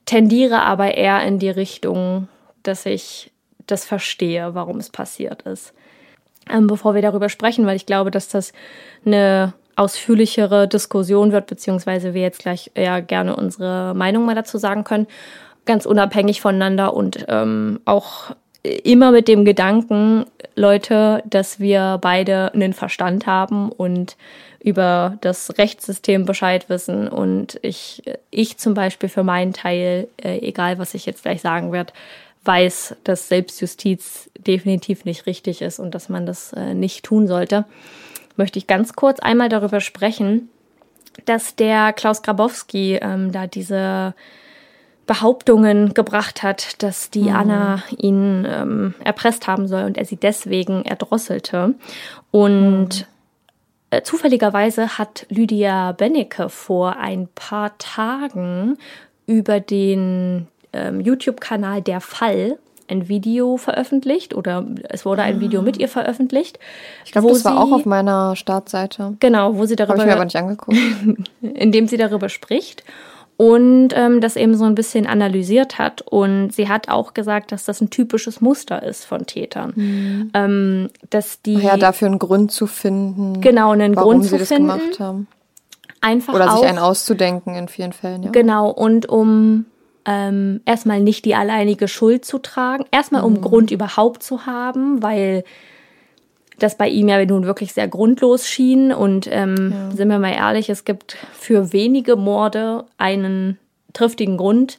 tendiere aber eher in die Richtung, dass ich das verstehe, warum es passiert ist. Bevor wir darüber sprechen, weil ich glaube, dass das eine ausführlichere Diskussion wird, beziehungsweise wir jetzt gleich ja gerne unsere Meinung mal dazu sagen können, ganz unabhängig voneinander und auch immer mit dem Gedanken, Leute, dass wir beide einen Verstand haben und über das Rechtssystem Bescheid wissen und ich zum Beispiel für meinen Teil, egal was ich jetzt gleich sagen werde, weiß, dass Selbstjustiz definitiv nicht richtig ist und dass man das nicht tun sollte, möchte ich ganz kurz einmal darüber sprechen, dass der Klaus Grabowski da diese Behauptungen gebracht hat, dass die Anna ihn erpresst haben soll und er sie deswegen erdrosselte. Und zufälligerweise hat Lydia Bennecke vor ein paar Tagen über den YouTube-Kanal Der Fall ein Video veröffentlicht oder es wurde ein Video mit ihr veröffentlicht. Ich glaube, das war auch auf meiner Startseite. Genau, wo sie darüber... Habe ich mir aber nicht angeguckt. In dem sie darüber spricht und das eben so ein bisschen analysiert hat. Und sie hat auch gesagt, dass das ein typisches Muster ist von Tätern. Dass die dafür einen Grund zu finden, genau, einen warum Grund sie zu das finden, gemacht haben. Einfach oder auch, sich einen auszudenken in vielen Fällen. Ja. Genau, und um erstmal nicht die alleinige Schuld zu tragen, erstmal um Grund überhaupt zu haben, weil das bei ihm ja nun wirklich sehr grundlos schien und sind wir mal ehrlich, es gibt für wenige Morde einen triftigen Grund.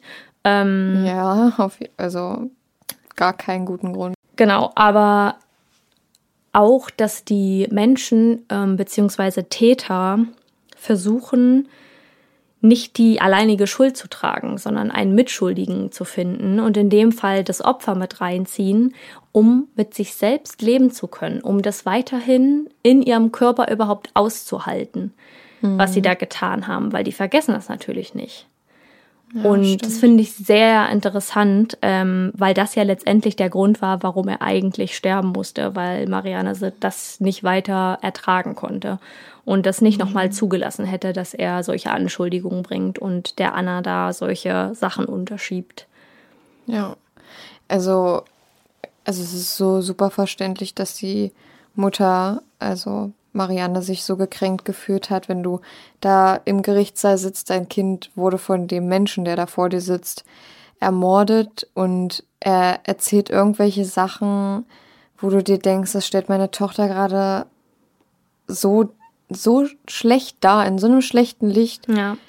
Also gar keinen guten Grund. Genau, aber auch, dass die Menschen bzw. Täter versuchen, nicht die alleinige Schuld zu tragen, sondern einen Mitschuldigen zu finden und in dem Fall das Opfer mit reinziehen, um mit sich selbst leben zu können, um das weiterhin in ihrem Körper überhaupt auszuhalten, was sie da getan haben, weil die vergessen das natürlich nicht. Ja, und stimmt. Das finde ich sehr interessant, weil das ja letztendlich der Grund war, warum er eigentlich sterben musste, weil Marianne das nicht weiter ertragen konnte und das nicht nochmal zugelassen hätte, dass er solche Anschuldigungen bringt und der Anna da solche Sachen unterschiebt. Ja, also es ist so super verständlich, dass die Mutter, also Marianne, sich so gekränkt gefühlt hat, wenn du da im Gerichtssaal sitzt, dein Kind wurde von dem Menschen, der da vor dir sitzt, ermordet und er erzählt irgendwelche Sachen, wo du dir denkst, das stellt meine Tochter gerade so schlecht dar, in so einem schlechten Licht. Ja.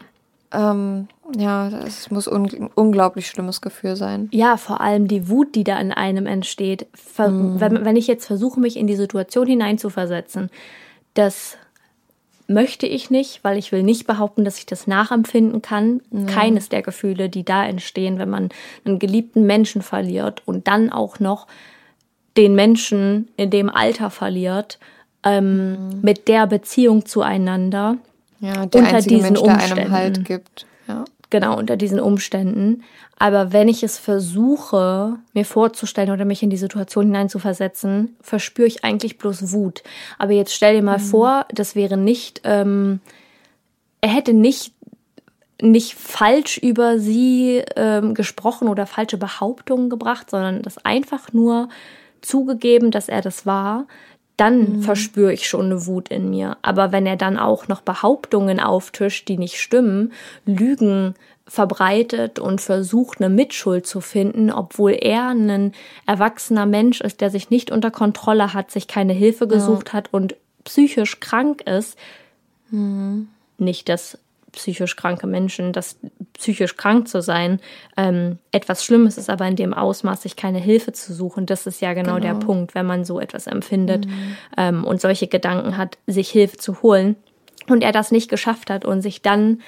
Es muss unglaublich schlimmes Gefühl sein. Ja, vor allem die Wut, die da in einem entsteht. Wenn ich jetzt versuche, mich in die Situation hineinzuversetzen, das möchte ich nicht, weil ich will nicht behaupten, dass ich das nachempfinden kann. Keines der Gefühle, die da entstehen, wenn man einen geliebten Menschen verliert und dann auch noch den Menschen in dem Alter verliert, mit der Beziehung zueinander. Ja, der unter einzige diesen Mensch, der einem Halt gibt. Ja. Genau, unter diesen Umständen. Aber wenn ich es versuche, mir vorzustellen oder mich in die Situation hineinzuversetzen, verspüre ich eigentlich bloß Wut. Aber jetzt stell dir mal vor, das wäre nicht, er hätte nicht falsch über sie gesprochen oder falsche Behauptungen gebracht, sondern das einfach nur zugegeben, dass er das war. Dann verspüre ich schon eine Wut in mir. Aber wenn er dann auch noch Behauptungen auftischt, die nicht stimmen, Lügen verbreitet und versucht, eine Mitschuld zu finden, obwohl er ein erwachsener Mensch ist, der sich nicht unter Kontrolle hat, sich keine Hilfe gesucht hat und psychisch krank ist. Nicht, dass psychisch kranke Menschen, dass psychisch krank zu sein etwas Schlimmes ist, aber in dem Ausmaß, sich keine Hilfe zu suchen, das ist ja genau der Punkt, wenn man so etwas empfindet und solche Gedanken hat, sich Hilfe zu holen und er das nicht geschafft hat und sich dann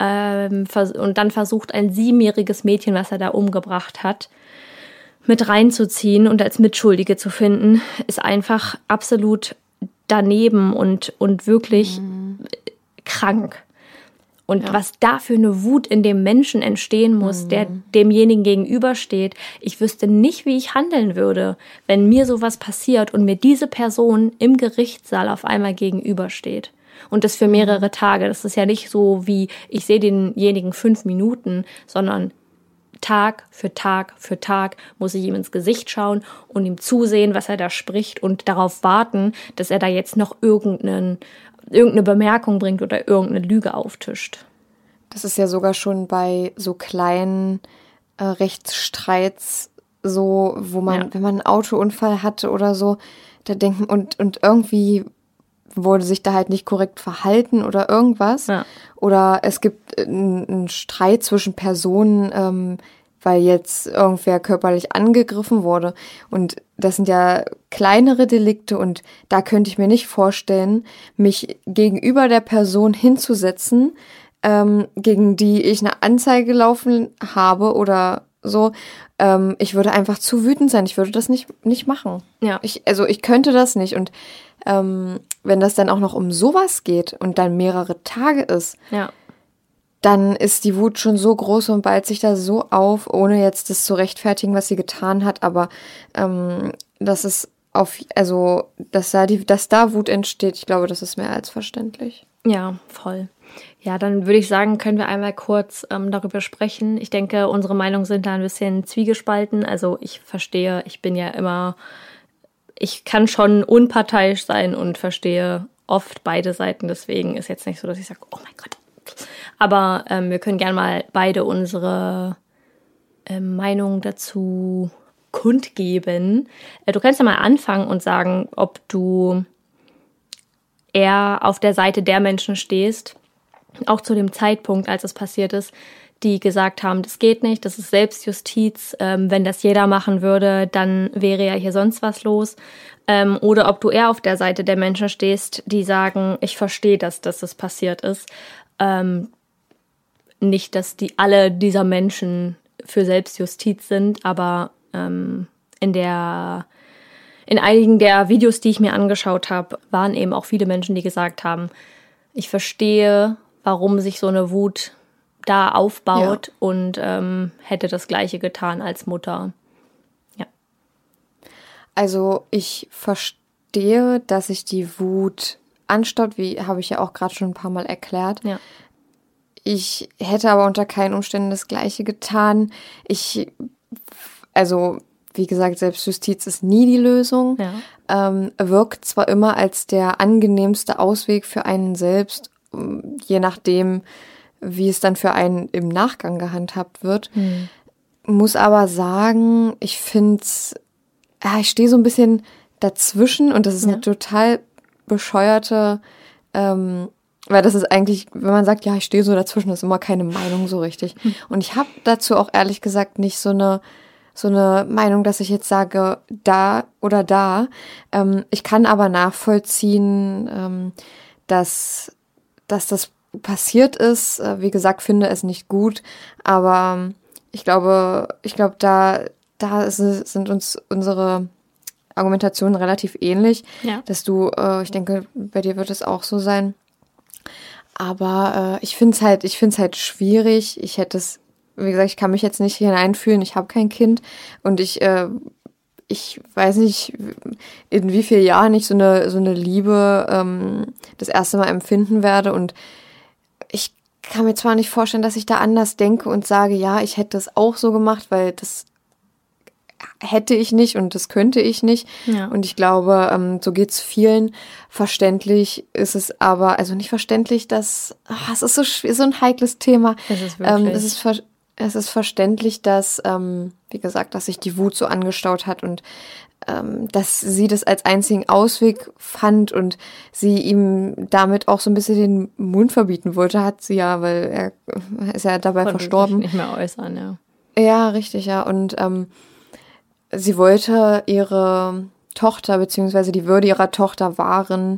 versucht, ein 7-jähriges Mädchen, was er da umgebracht hat, mit reinzuziehen und als Mitschuldige zu finden, ist einfach absolut daneben und wirklich krank. Und was da für eine Wut in dem Menschen entstehen muss, der demjenigen gegenübersteht. Ich wüsste nicht, wie ich handeln würde, wenn mir sowas passiert und mir diese Person im Gerichtssaal auf einmal gegenübersteht. Und das für mehrere Tage. Das ist ja nicht so wie, ich sehe denjenigen 5 Minuten, sondern Tag für Tag für Tag muss ich ihm ins Gesicht schauen und ihm zusehen, was er da spricht und darauf warten, dass er da jetzt noch irgendeine Bemerkung bringt oder irgendeine Lüge auftischt. Das ist ja sogar schon bei so kleinen Rechtsstreits so, wo man, wenn man einen Autounfall hatte oder so, da denken und irgendwie wurde sich da halt nicht korrekt verhalten oder irgendwas. Ja. Oder es gibt einen Streit zwischen Personen, weil jetzt irgendwer körperlich angegriffen wurde. Und das sind ja kleinere Delikte und da könnte ich mir nicht vorstellen, mich gegenüber der Person hinzusetzen, gegen die ich eine Anzeige laufen habe oder so. Ich würde einfach zu wütend sein. Ich würde das nicht machen. Ja. Ich könnte das nicht. Und wenn das dann auch noch um sowas geht und dann mehrere Tage ist, dann ist die Wut schon so groß und ballt sich da so auf, ohne jetzt das zu rechtfertigen, was sie getan hat. Aber dass da Wut entsteht, ich glaube, das ist mehr als verständlich. Ja, voll. Ja, dann würde ich sagen, können wir einmal kurz darüber sprechen. Ich denke, unsere Meinungen sind da ein bisschen zwiegespalten. Also ich verstehe, ich kann schon unparteiisch sein und verstehe oft beide Seiten. Deswegen ist jetzt nicht so, dass ich sage, oh mein Gott. Aber wir können gerne mal beide unsere Meinung dazu kundgeben. Du kannst ja mal anfangen und sagen, ob du eher auf der Seite der Menschen stehst, auch zu dem Zeitpunkt, als es passiert ist, die gesagt haben, das geht nicht, das ist Selbstjustiz, wenn das jeder machen würde, dann wäre ja hier sonst was los. Oder ob du eher auf der Seite der Menschen stehst, die sagen, ich verstehe, dass das passiert ist. Nicht, dass alle dieser Menschen für Selbstjustiz sind, aber in einigen der Videos, die ich mir angeschaut habe, waren eben auch viele Menschen, die gesagt haben, ich verstehe, warum sich so eine Wut da aufbaut und hätte das Gleiche getan als Mutter. Ja. Also ich verstehe, dass sich die Wut anstaut, wie habe ich ja auch gerade schon ein paar Mal erklärt. Ja. Ich hätte aber unter keinen Umständen das Gleiche getan. Wie gesagt, Selbstjustiz ist nie die Lösung. Ja. Wirkt zwar immer als der angenehmste Ausweg für einen selbst, je nachdem, wie es dann für einen im Nachgang gehandhabt wird. Muss aber sagen, ich stehe so ein bisschen dazwischen und das ist eine total bescheuerte, weil das ist eigentlich, wenn man sagt, ja, ich stehe so dazwischen, ist immer keine Meinung so richtig. Und ich habe dazu auch ehrlich gesagt nicht so eine Meinung, dass ich jetzt sage, da oder da. Ich kann aber nachvollziehen, dass das passiert ist. Wie gesagt, finde es nicht gut, aber ich glaube, da sind uns unsere Argumentationen relativ ähnlich, dass ich denke, bei dir wird es auch so sein. Aber ich finde es halt schwierig. Wie gesagt, ich kann mich jetzt nicht hineinfühlen, ich habe kein Kind und ich weiß nicht, in wie vielen Jahren ich so eine Liebe das erste Mal empfinden werde und ich kann mir zwar nicht vorstellen, dass ich da anders denke und sage, ja, ich hätte das auch so gemacht, weil das hätte ich nicht und das könnte ich nicht. Ja. Und ich glaube, so geht's vielen. Verständlich ist es aber, also nicht verständlich, es ist so ein heikles Thema. Es ist wirklich. Es ist verständlich, dass, wie gesagt, dass sich die Wut so angestaut hat und dass sie das als einzigen Ausweg fand und sie ihm damit auch so ein bisschen den Mund verbieten wollte, hat sie ja, weil er ist ja dabei verstorben. Sich nicht mehr äußern, ja. Ja, richtig, ja. Und sie wollte ihre Tochter, beziehungsweise die Würde ihrer Tochter wahren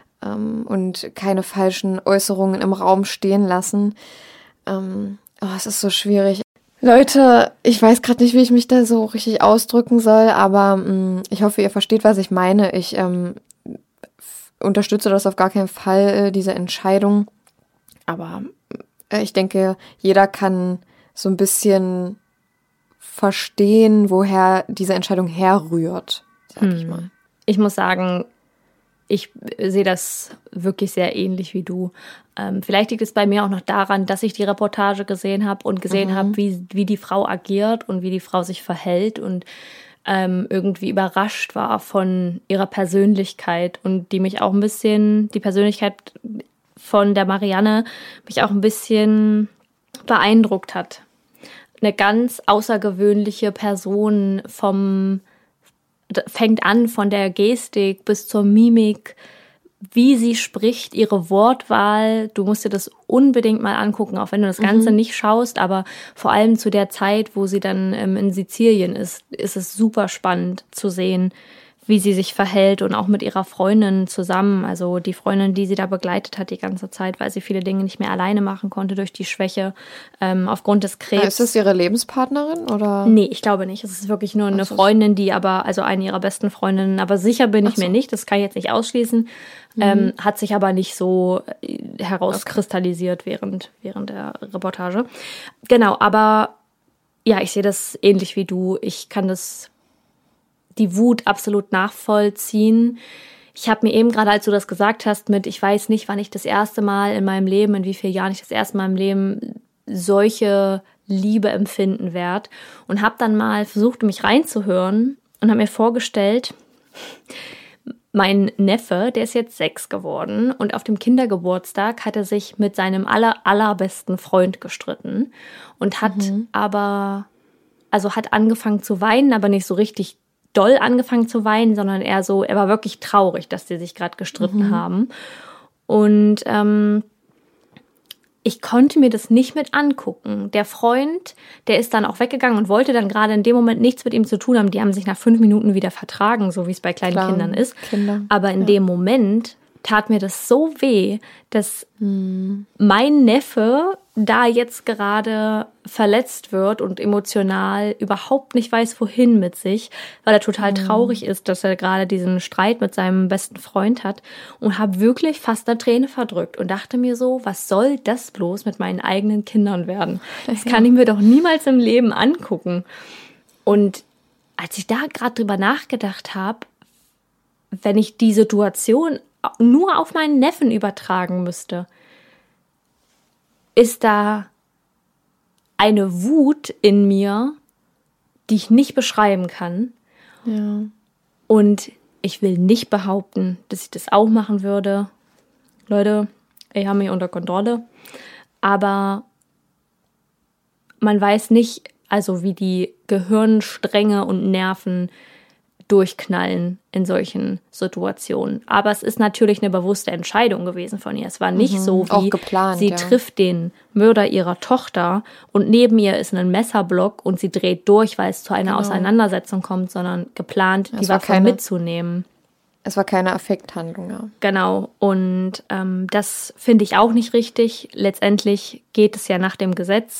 und keine falschen Äußerungen im Raum stehen lassen. Es ist so schwierig. Leute, ich weiß gerade nicht, wie ich mich da so richtig ausdrücken soll, aber ich hoffe, ihr versteht, was ich meine. Ich unterstütze das auf gar keinen Fall, diese Entscheidung. Aber ich denke, jeder kann so ein bisschen verstehen, woher diese Entscheidung herrührt, sag ich mal. Ich muss sagen, ich sehe das wirklich sehr ähnlich wie du. Vielleicht liegt es bei mir auch noch daran, dass ich die Reportage gesehen habe und gesehen habe, wie die Frau agiert und wie die Frau sich verhält und irgendwie überrascht war von ihrer Persönlichkeit und die mich auch ein bisschen, die Persönlichkeit von der Marianne mich auch ein bisschen beeindruckt hat. Eine ganz außergewöhnliche Person fängt an von der Gestik bis zur Mimik, wie sie spricht, ihre Wortwahl. Du musst dir das unbedingt mal angucken, auch wenn du das Ganze nicht schaust, aber vor allem zu der Zeit, wo sie dann in Sizilien ist es super spannend zu sehen, wie sie sich verhält und auch mit ihrer Freundin zusammen, also die Freundin, die sie da begleitet hat die ganze Zeit, weil sie viele Dinge nicht mehr alleine machen konnte durch die Schwäche, aufgrund des Krebs. Ist das ihre Lebenspartnerin, oder? Nee, ich glaube nicht. Es ist wirklich nur eine Freundin, also eine ihrer besten Freundinnen, aber sicher bin ich mir nicht, das kann ich jetzt nicht ausschließen, hat sich aber nicht so herauskristallisiert während der Reportage. Genau, aber ja, ich sehe das ähnlich wie du. Ich kann die Wut absolut nachvollziehen. Ich habe mir eben gerade, als du das gesagt hast, ich weiß nicht, wann ich das erste Mal in meinem Leben, in wie vielen Jahren ich das erste Mal im Leben solche Liebe empfinden werde und habe dann mal versucht, mich reinzuhören und habe mir vorgestellt, mein Neffe, der ist jetzt 6 geworden und auf dem Kindergeburtstag hat er sich mit seinem allerbesten Freund gestritten und hat hat angefangen zu weinen, aber nicht so richtig doll angefangen zu weinen, sondern eher so, er war wirklich traurig, dass die sich gerade gestritten haben. Und ich konnte mir das nicht mit angucken. Der Freund, der ist dann auch weggegangen und wollte dann gerade in dem Moment nichts mit ihm zu tun haben. Die haben sich nach 5 Minuten wieder vertragen, so wie es bei kleinen Kindern ist. Aber in dem Moment tat mir das so weh, dass mein Neffe da jetzt gerade verletzt wird und emotional überhaupt nicht weiß, wohin mit sich, weil er total traurig ist, dass er gerade diesen Streit mit seinem besten Freund hat und habe wirklich fast eine Träne verdrückt und dachte mir so, was soll das bloß mit meinen eigenen Kindern werden? Das kann ich mir doch niemals im Leben angucken. Und als ich da gerade drüber nachgedacht habe, wenn ich die Situation nur auf meinen Neffen übertragen müsste, ist da eine Wut in mir, die ich nicht beschreiben kann. Ja. Und ich will nicht behaupten, dass ich das auch machen würde. Leute, ich habe mich unter Kontrolle. Aber man weiß nicht, also wie die Gehirnstränge und Nerven durchknallen in solchen Situationen. Aber es ist natürlich eine bewusste Entscheidung gewesen von ihr. Es war nicht so, wie geplant, sie trifft den Mörder ihrer Tochter und neben ihr ist ein Messerblock und sie dreht durch, weil es zu einer Auseinandersetzung kommt, sondern geplant, die Waffe mitzunehmen. Es war keine Affekthandlung, ja. Genau. Und das finde ich auch nicht richtig. Letztendlich geht es ja nach dem Gesetz.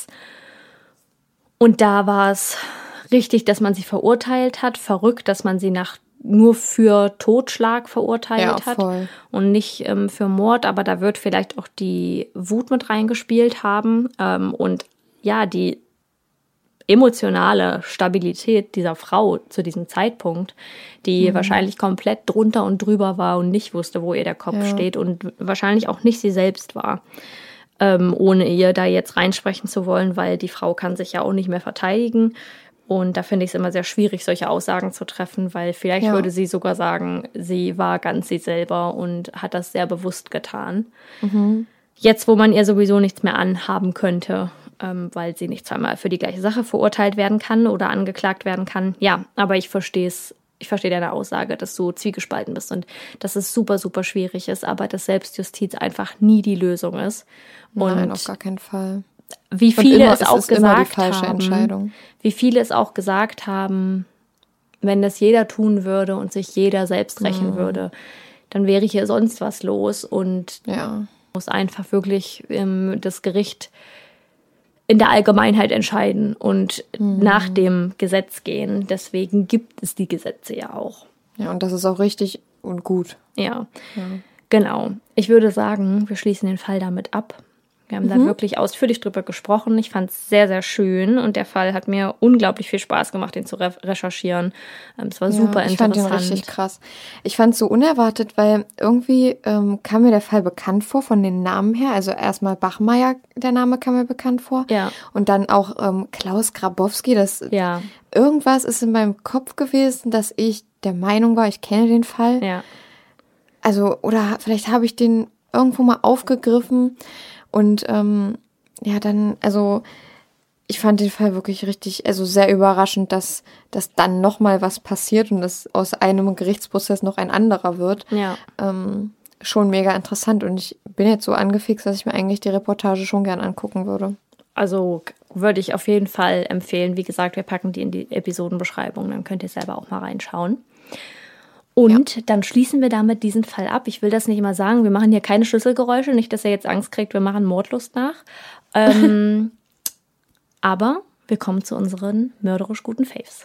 Und da war es richtig, dass man sie verurteilt hat. Verrückt, dass man sie nur für Totschlag verurteilt hat und nicht für Mord. Aber da wird vielleicht auch die Wut mit reingespielt haben. Und ja, die emotionale Stabilität dieser Frau zu diesem Zeitpunkt, die wahrscheinlich komplett drunter und drüber war und nicht wusste, wo ihr der Kopf steht und wahrscheinlich auch nicht sie selbst war. Ohne ihr da jetzt reinsprechen zu wollen, weil die Frau kann sich ja auch nicht mehr verteidigen. Und da finde ich es immer sehr schwierig, solche Aussagen zu treffen, weil vielleicht würde sie sogar sagen, sie war ganz sie selber und hat das sehr bewusst getan. Jetzt, wo man ihr sowieso nichts mehr anhaben könnte, weil sie nicht zweimal für die gleiche Sache verurteilt werden kann oder angeklagt werden kann. Ja, aber ich verstehe deine Aussage, dass du zwiegespalten bist und dass es super, super schwierig ist, aber dass Selbstjustiz einfach nie die Lösung ist. Nein, auf gar keinen Fall. Wie viele es auch gesagt haben, wie viele es auch gesagt haben, wenn das jeder tun würde und sich jeder selbst rächen würde, dann wäre hier sonst was los und muss einfach wirklich das Gericht in der Allgemeinheit entscheiden und nach dem Gesetz gehen. Deswegen gibt es die Gesetze ja auch. Ja, und das ist auch richtig und gut. Ja, genau. Ich würde sagen, wir schließen den Fall damit ab. Wir haben da wirklich ausführlich drüber gesprochen. Ich fand es sehr, sehr schön und der Fall hat mir unglaublich viel Spaß gemacht, den zu recherchieren. Es war super interessant. Ich fand den richtig krass. Ich fand es so unerwartet, weil irgendwie kam mir der Fall bekannt vor von den Namen her. Also erstmal Bachmeier, der Name kam mir bekannt vor. Ja. Und dann auch Klaus Grabowski. Irgendwas ist in meinem Kopf gewesen, dass ich der Meinung war, ich kenne den Fall. Ja. Also, oder vielleicht habe ich den irgendwo mal aufgegriffen. Und ich fand den Fall wirklich richtig, also sehr überraschend, dass dann nochmal was passiert und dass aus einem Gerichtsprozess noch ein anderer wird. Ja. Schon mega interessant und ich bin jetzt so angefixt, dass ich mir eigentlich die Reportage schon gern angucken würde. Also würde ich auf jeden Fall empfehlen. Wie gesagt, wir packen die in die Episodenbeschreibung, dann könnt ihr selber auch mal reinschauen. Und dann schließen wir damit diesen Fall ab. Ich will das nicht immer sagen. Wir machen hier keine Schlüsselgeräusche. Nicht, dass er jetzt Angst kriegt, wir machen Mordlust nach. Aber wir kommen zu unseren mörderisch guten Faves.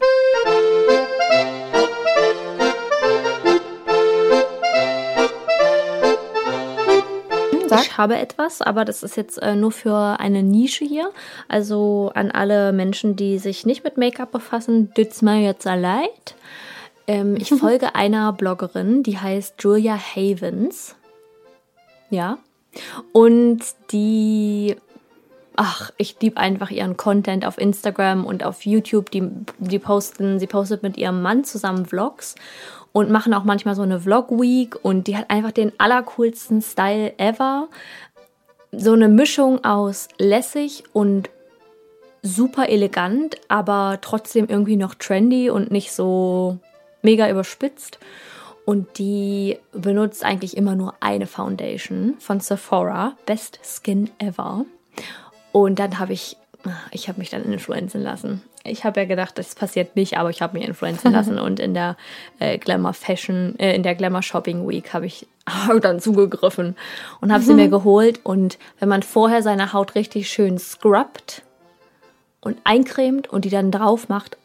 Ich habe etwas, aber das ist jetzt nur für eine Nische hier. Also an alle Menschen, die sich nicht mit Make-up befassen, tut's mir jetzt leid. Ich folge einer Bloggerin, die heißt Julia Havens. Ja. Und ich liebe einfach ihren Content auf Instagram und auf YouTube. Sie postet mit ihrem Mann zusammen Vlogs und machen auch manchmal so eine Vlog-Week. Und die hat einfach den allercoolsten Style ever. So eine Mischung aus lässig und super elegant, aber trotzdem irgendwie noch trendy und nicht so mega überspitzt. Und die benutzt eigentlich immer nur eine Foundation von Sephora, Best Skin Ever. Und dann habe ich mich dann influenzen lassen. Ich habe ja gedacht, das passiert nicht, aber ich habe mich influenzen lassen. Und in der Glamour Shopping Week habe ich dann zugegriffen und habe sie mir geholt. Und wenn man vorher seine Haut richtig schön scrubbt und eincremt und die dann drauf macht,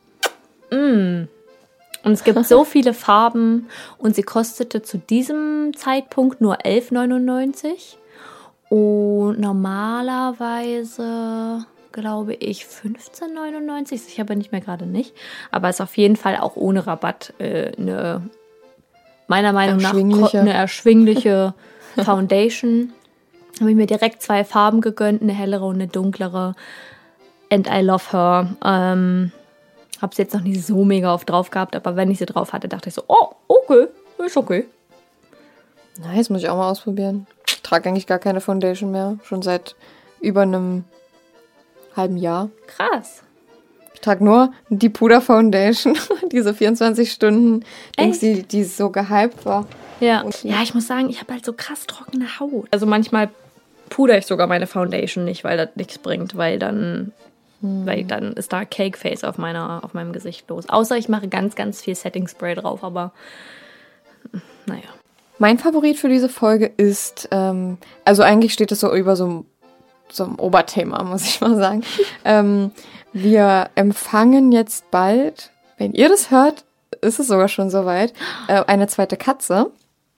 Und es gibt so viele Farben und sie kostete zu diesem Zeitpunkt nur 11,99 und normalerweise, glaube ich, 15,99, sicher bin ich mir gerade nicht, aber ist auf jeden Fall auch ohne Rabatt meiner Meinung nach eine erschwingliche Foundation. Habe ich mir direkt 2 Farben gegönnt, eine hellere und eine dunklere, and I love her. Habe sie jetzt noch nicht so mega oft drauf gehabt, aber wenn ich sie drauf hatte, dachte ich so, okay, ist okay. Nice, muss ich auch mal ausprobieren. Ich trage eigentlich gar keine Foundation mehr, schon seit über einem halben Jahr. Krass. Ich trage nur die Puder-Foundation, diese 24 Stunden, die so gehypt war. Ja, ich muss sagen, ich habe halt so krass trockene Haut. Also manchmal pudere ich sogar meine Foundation nicht, weil das nichts bringt, weil dann ist da Cakeface auf meinem Gesicht los. Außer ich mache ganz, ganz viel Setting Spray drauf, aber naja. Mein Favorit für diese Folge ist, also eigentlich steht es so über so einem Oberthema, muss ich mal sagen. Wir empfangen jetzt bald, wenn ihr das hört, ist es sogar schon soweit, eine zweite Katze.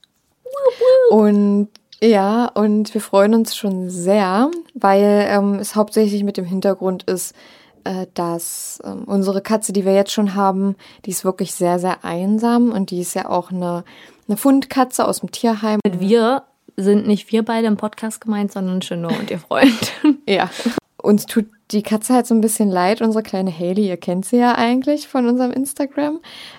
Und wir freuen uns schon sehr, weil es hauptsächlich mit dem Hintergrund ist, dass unsere Katze, die wir jetzt schon haben, die ist wirklich sehr, sehr einsam und die ist ja auch eine Fundkatze aus dem Tierheim. Mit wir sind nicht wir beide im Podcast gemeint, sondern Chino und ihr Freund. Ja. Uns tut die Katze halt so ein bisschen leid, unsere kleine Hailey, ihr kennt sie ja eigentlich von unserem Instagram.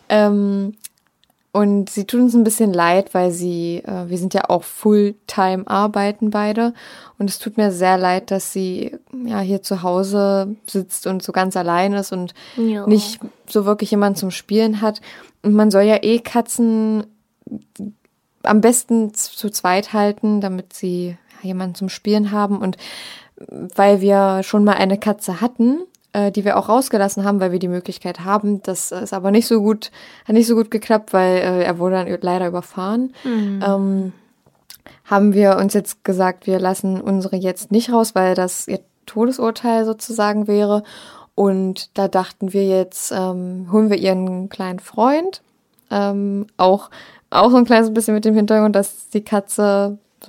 Und sie tut uns ein bisschen leid, weil wir sind ja auch Fulltime arbeiten beide. Und es tut mir sehr leid, dass sie ja hier zu Hause sitzt und so ganz allein ist und nicht so wirklich jemanden zum Spielen hat. Und man soll ja Katzen am besten zu zweit halten, damit sie jemanden zum Spielen haben. Und weil wir schon mal eine Katze hatten, die wir auch rausgelassen haben, weil wir die Möglichkeit haben. Das ist aber hat nicht so gut geklappt, weil er wurde dann leider überfahren. Haben wir uns jetzt gesagt, wir lassen unsere jetzt nicht raus, weil das ihr Todesurteil sozusagen wäre. Und da dachten wir jetzt, holen wir ihren kleinen Freund. Auch so ein kleines bisschen mit dem Hintergrund, dass die Katze so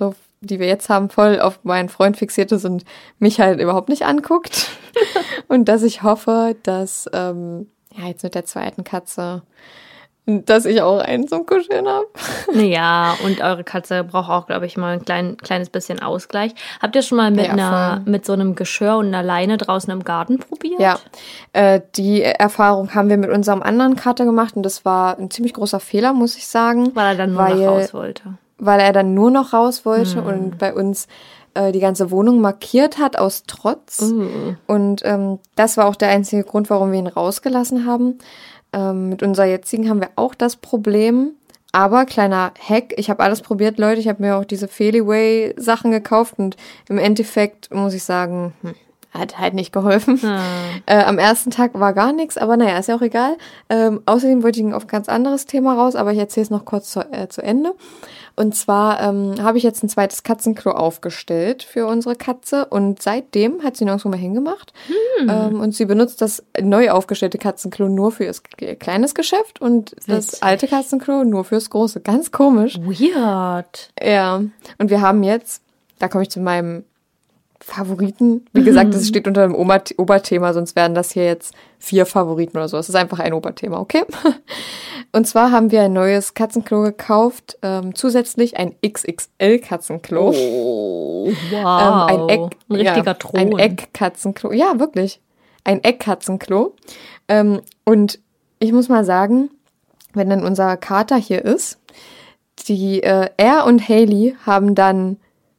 die wir jetzt haben, voll auf meinen Freund fixiert ist und mich halt überhaupt nicht anguckt. Und dass ich hoffe, dass jetzt mit der zweiten Katze, dass ich auch einen zum Kuscheln habe. Ja, und eure Katze braucht auch, glaube ich, mal ein kleines bisschen Ausgleich. Habt ihr schon mal mit so einem Geschirr und einer Leine draußen im Garten probiert? Ja, die Erfahrung haben wir mit unserem anderen Kater gemacht und das war ein ziemlich großer Fehler, muss ich sagen. Weil er dann nur noch raus wollte. Weil er dann nur noch raus wollte und bei uns die ganze Wohnung markiert hat aus Trotz. Und das war auch der einzige Grund, warum wir ihn rausgelassen haben. Mit unserer jetzigen haben wir auch das Problem. Aber kleiner Hack, ich habe alles probiert, Leute. Ich habe mir auch diese Feliway-Sachen gekauft und im Endeffekt muss ich sagen, hat halt nicht geholfen. Am ersten Tag war gar nichts, aber naja, ist ja auch egal. Außerdem wollte ich auf ein ganz anderes Thema raus, aber ich erzähle es noch kurz zu Ende. Und zwar habe ich jetzt ein zweites Katzenklo aufgestellt für unsere Katze und seitdem hat sie nirgendwo mehr hingemacht. Und sie benutzt das neu aufgestellte Katzenklo nur für ihr kleines Geschäft und das alte Katzenklo nur fürs große. Ganz komisch. Weird. Ja, und wir haben jetzt, da komme ich zu meinem Favoriten. Wie gesagt, das steht unter dem Oberthema, sonst wären das hier jetzt 4 Favoriten oder so. Es ist einfach ein Oberthema, okay? Und zwar haben wir ein neues Katzenklo gekauft, zusätzlich ein XXL-Katzenklo. Oh, wow. Ein richtiger Thron. Ein Eckkatzenklo. Ja, wirklich. Ein Eckkatzenklo. Und ich muss mal sagen, wenn dann unser Kater hier ist, er und Hailey haben dann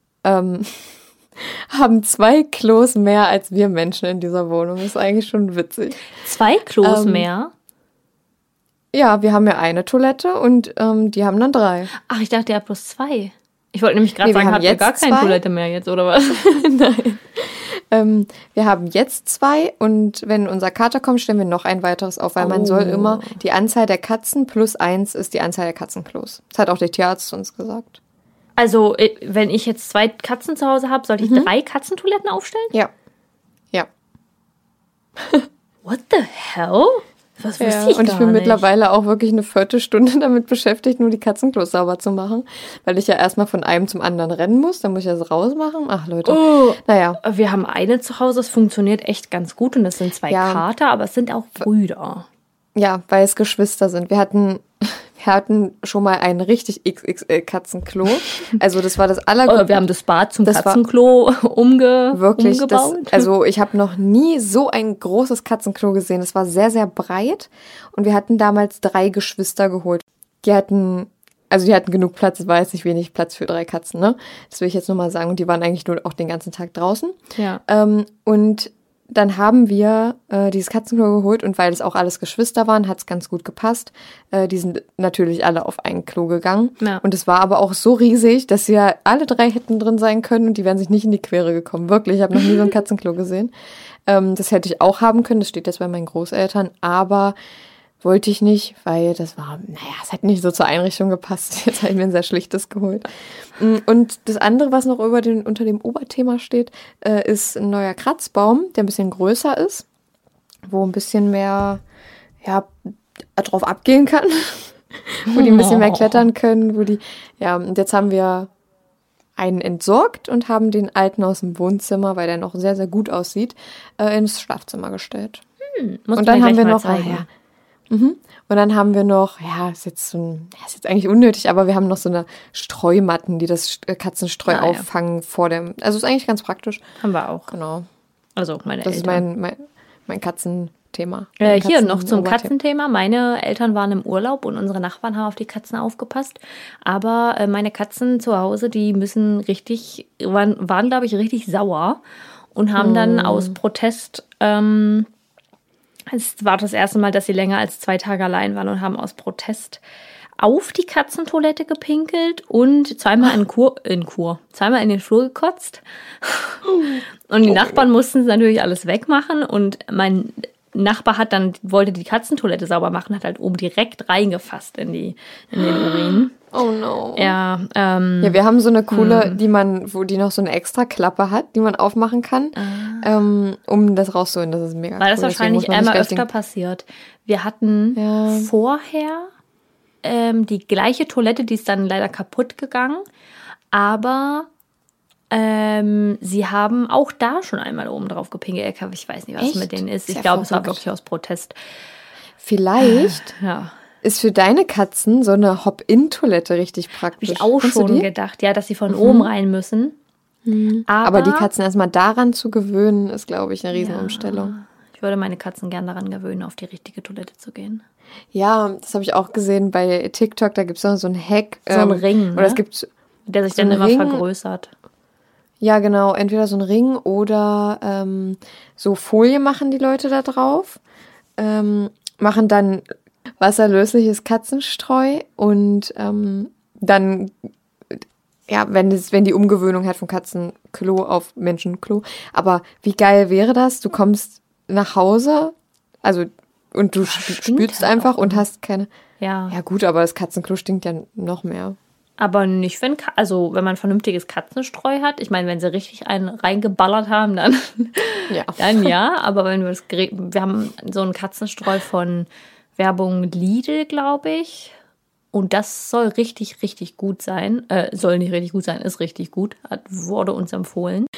haben 2 Klos mehr als wir Menschen in dieser Wohnung. Das ist eigentlich schon witzig. 2 Klos mehr? Ja, wir haben ja eine Toilette und die haben dann 3. Ach, ich dachte, ihr habt bloß 2. Ich wollte nämlich gerade sagen, habt ihr gar keine Toilette mehr jetzt, oder was? Nein. Wir haben jetzt 2 und wenn unser Kater kommt, stellen wir noch ein weiteres auf, weil man soll immer die Anzahl der Katzen plus 1 ist die Anzahl der Katzenklos. Das hat auch der Tierarzt uns gesagt. Also, wenn ich jetzt 2 Katzen zu Hause habe, sollte ich 3 Katzentoiletten aufstellen? Ja. Ja. What the hell? Was wusste ich gar nicht. Und ich bin mittlerweile auch wirklich eine Viertelstunde damit beschäftigt, nur die Katzenklos sauber zu machen, weil ich ja erstmal von einem zum anderen rennen muss, dann muss ich das rausmachen. Ach Leute, naja. Wir haben eine zu Hause, es funktioniert echt ganz gut und das sind 2 Kater, aber es sind auch Brüder. Ja, weil es Geschwister sind. Wir hatten schon mal ein richtig XXL-Katzenklo. Also das war das wir haben das Bad zum Katzenklo umgebaut. Also ich habe noch nie so ein großes Katzenklo gesehen. Das war sehr, sehr breit. Und wir hatten damals 3 Geschwister geholt. Die hatten genug Platz. Es war jetzt nicht wenig Platz für 3 Katzen, ne? Das will ich jetzt nur mal sagen. Und die waren eigentlich nur auch den ganzen Tag draußen. Ja. Und dann haben wir dieses Katzenklo geholt und weil es auch alles Geschwister waren, hat es ganz gut gepasst. Die sind natürlich alle auf ein Klo gegangen. Ja. Und es war aber auch so riesig, dass sie ja alle 3 hätten drin sein können und die wären sich nicht in die Quere gekommen. Wirklich, ich habe noch nie so ein Katzenklo gesehen. Das hätte ich auch haben können, das steht jetzt bei meinen Großeltern, aber wollte ich nicht, weil es hat nicht so zur Einrichtung gepasst. Jetzt habe ich mir ein sehr schlichtes geholt. Und das andere, was noch unter dem Oberthema steht, ist ein neuer Kratzbaum, der ein bisschen größer ist, wo ein bisschen mehr drauf abgehen kann, wo die ein bisschen mehr klettern können, und jetzt haben wir einen entsorgt und haben den alten aus dem Wohnzimmer, weil der noch sehr, sehr gut aussieht, ins Schlafzimmer gestellt. Und dann haben wir noch und dann haben wir noch, ist jetzt eigentlich unnötig, aber wir haben noch so eine Streumatten, die das Katzenstreu auffangen vor dem, also ist eigentlich ganz praktisch. Haben wir auch. Genau. Also meine Das Eltern. ist mein Katzenthema. Hier noch zum Katzenthema. Meine Eltern waren im Urlaub und unsere Nachbarn haben auf die Katzen aufgepasst. Aber meine Katzen zu Hause, die waren glaube ich, richtig sauer und haben dann aus Protest, es war das erste Mal, dass sie länger als 2 Tage allein waren und haben aus Protest auf die Katzentoilette gepinkelt und zweimal zweimal in den Flur gekotzt. Und die Nachbarn mussten natürlich alles wegmachen und mein Nachbar wollte die Katzentoilette sauber machen, hat halt oben direkt reingefasst in den Urin. Oh no. Ja, wir haben so eine coole, wo die noch so eine extra Klappe hat, die man aufmachen kann, um das rauszuholen. Das ist mega cool. Weil das wahrscheinlich einmal öfter passiert. Wir hatten vorher die gleiche Toilette, die ist dann leider kaputt gegangen, aber Sie haben auch da schon einmal oben drauf gepinkelt. Ich weiß nicht, was Echt? mit denen ist. Ich Sehr glaube, es war verrückt. wirklich aus Protest. Vielleicht Ja, ist für deine Katzen so eine Hop-In-Toilette richtig habe praktisch. ich auch Kennst du schon die? gedacht, ja, dass sie von oben rein müssen. Aber die Katzen erstmal daran zu gewöhnen, ist, glaube ich, eine Riesenumstellung. Ich würde meine Katzen gern daran gewöhnen, auf die richtige Toilette zu gehen. Ja, das habe ich auch gesehen bei TikTok. Da gibt es noch so einen Hack. So einen Ring, Oder ne? es gibt, Der sich So dann ein immer Ring. vergrößert. ja genau, entweder so ein Ring oder so Folie machen die Leute da drauf. Machen dann wasserlösliches Katzenstreu und dann, ja, wenn die Umgewöhnung hat von Katzenklo auf Menschenklo. Aber wie geil wäre das? Du kommst nach Hause, also und du stinkt spülst halt einfach auch und immer. hast keine. Ja. Ja gut, aber das Katzenklo stinkt ja noch mehr. Aber nicht, wenn man vernünftiges Katzenstreu hat. Ich meine, wenn sie richtig einen reingeballert haben, dann Ja. dann ja. Aber wenn wir haben so ein Katzenstreu von Werbung Lidl, glaube ich. Und das soll richtig, richtig gut sein. Soll nicht richtig gut sein, ist richtig gut. Wurde uns empfohlen.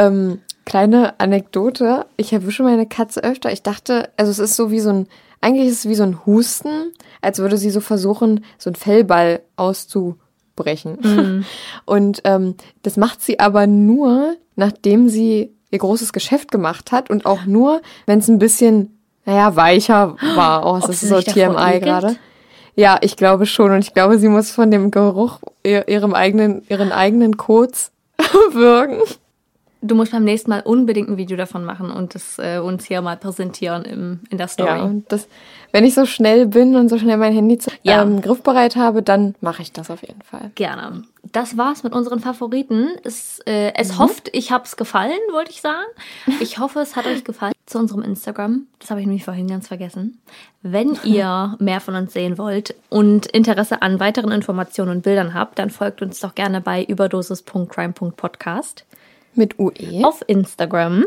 Kleine Anekdote. Ich erwische meine Katze öfter. Ich dachte, also es ist so wie eigentlich ist es wie so ein Husten, als würde sie so versuchen, so einen Fellball auszubrechen. Und das macht sie aber nur, nachdem sie ihr großes Geschäft gemacht hat und auch nur, wenn es ein bisschen, weicher war. Oh, das ist sie so sich davor TMI ekelt? gerade. Ja, ich glaube schon. Und ich glaube, sie muss von dem Geruch ihren eigenen Kots würgen. Du musst beim nächsten Mal unbedingt ein Video davon machen und das uns hier mal präsentieren in der Story. Ja, und wenn ich so schnell bin und so schnell mein Handy griffbereit habe, dann mache ich das auf jeden Fall. Gerne. Das war's mit unseren Favoriten. Es hofft, ich hab's gefallen, wollte ich sagen. Ich hoffe, es hat euch gefallen. Zu unserem Instagram, das habe ich nämlich vorhin ganz vergessen. Wenn ihr mehr von uns sehen wollt und Interesse an weiteren Informationen und Bildern habt, dann folgt uns doch gerne bei überdosis.crime.podcast. Mit UE. Auf Instagram.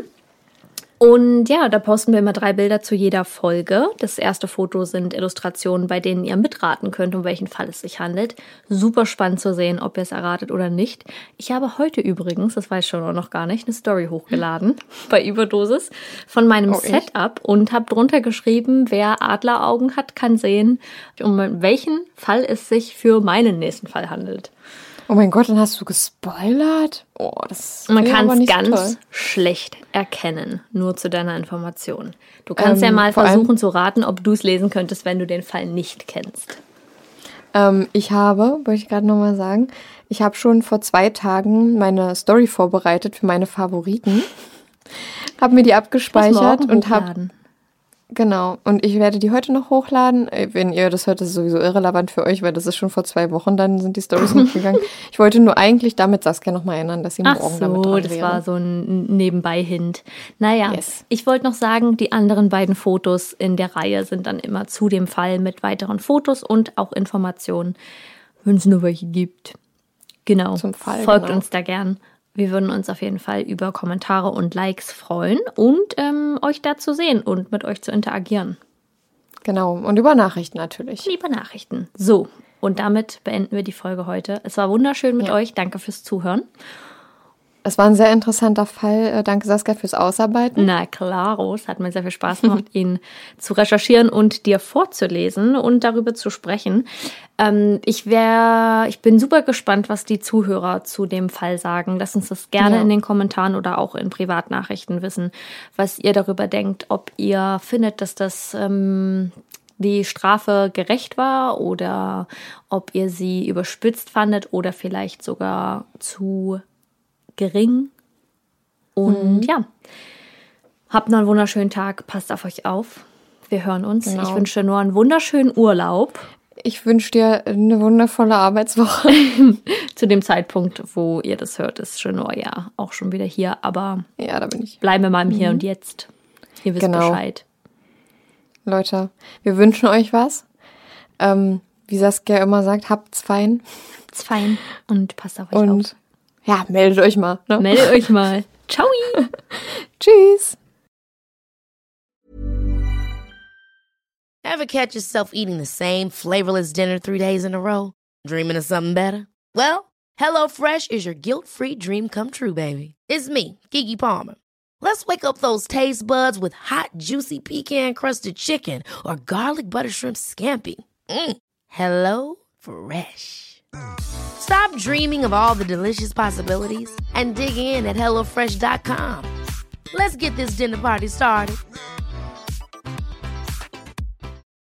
Und ja, da posten wir immer 3 Bilder zu jeder Folge. Das erste Foto sind Illustrationen, bei denen ihr mitraten könnt, um welchen Fall es sich handelt. Super spannend zu sehen, ob ihr es erratet oder nicht. Ich habe heute übrigens, das weiß ich schon noch gar nicht, eine Story hochgeladen bei Überdosis von meinem Setup und habe drunter geschrieben, wer Adleraugen hat, kann sehen, um welchen Fall es sich für meinen nächsten Fall handelt. Oh mein Gott, dann hast du gespoilert? Oh, das Man finde ich kann aber es nicht so ganz toll. schlecht erkennen, nur zu deiner Information. Du kannst ja mal vor allem- versuchen zu raten, ob du es lesen könntest, wenn du den Fall nicht kennst. Wollte ich gerade nochmal sagen, ich habe schon vor 2 Tagen meine Story vorbereitet für meine Favoriten. Habe mir die abgespeichert Morgen und habe hochladen. Genau. Und ich werde die heute noch hochladen. Wenn ihr das hört, das ist sowieso irrelevant für euch, weil das ist schon vor 2 Wochen, dann sind die Storys hochgegangen. Ich wollte nur eigentlich damit Saskia nochmal erinnern, dass sie Ach morgen damit so, dran das wäre. war so ein Nebenbei-Hint. Naja, Yes. ich wollte noch sagen, die anderen beiden Fotos in der Reihe sind dann immer zu dem Fall mit weiteren Fotos und auch Informationen, wenn es nur welche gibt. Genau, Zum Fall, folgt genau. uns da gern. Wir würden uns auf jeden Fall über Kommentare und Likes freuen und euch da zu sehen und mit euch zu interagieren. Genau. Und über Nachrichten natürlich. Liebe Nachrichten. So, und damit beenden wir die Folge heute. Es war wunderschön mit euch. Danke fürs Zuhören. Es war ein sehr interessanter Fall. Danke, Saskia, fürs Ausarbeiten. Na klaro, es hat mir sehr viel Spaß gemacht, ihn zu recherchieren und dir vorzulesen und darüber zu sprechen. Ich bin super gespannt, was die Zuhörer zu dem Fall sagen. Lasst uns das gerne in den Kommentaren oder auch in Privatnachrichten wissen, was ihr darüber denkt, ob ihr findet, dass das die Strafe gerecht war oder ob ihr sie überspitzt fandet oder vielleicht sogar zu gering. Und ja, habt noch einen wunderschönen Tag. Passt auf euch auf. Wir hören uns. Genau. Ich wünsche nur einen wunderschönen Urlaub. Ich wünsche dir eine wundervolle Arbeitswoche. Zu dem Zeitpunkt, wo ihr das hört, ist Chenor ja auch schon wieder hier. Aber Ja, da bin ich. bleiben wir mal im Hier und Jetzt. Ihr wisst Genau. Bescheid. Leute, wir wünschen euch was. Wie Saskia immer sagt, habt's fein. Ist fein und passt auf euch auf. Und ja, meldet euch mal. Ne? Meldet euch mal. Ciao. Tschüss. Ever catch yourself eating the same flavorless dinner 3 days in a row? Dreaming of something better? Well, HelloFresh is your guilt-free dream come true, baby. It's me, Keke Palmer. Let's wake up those taste buds with hot, juicy pecan-crusted chicken or garlic butter shrimp scampi. Hello Fresh. Stop dreaming of all the delicious possibilities and dig in at HelloFresh.com. Let's get this dinner party started.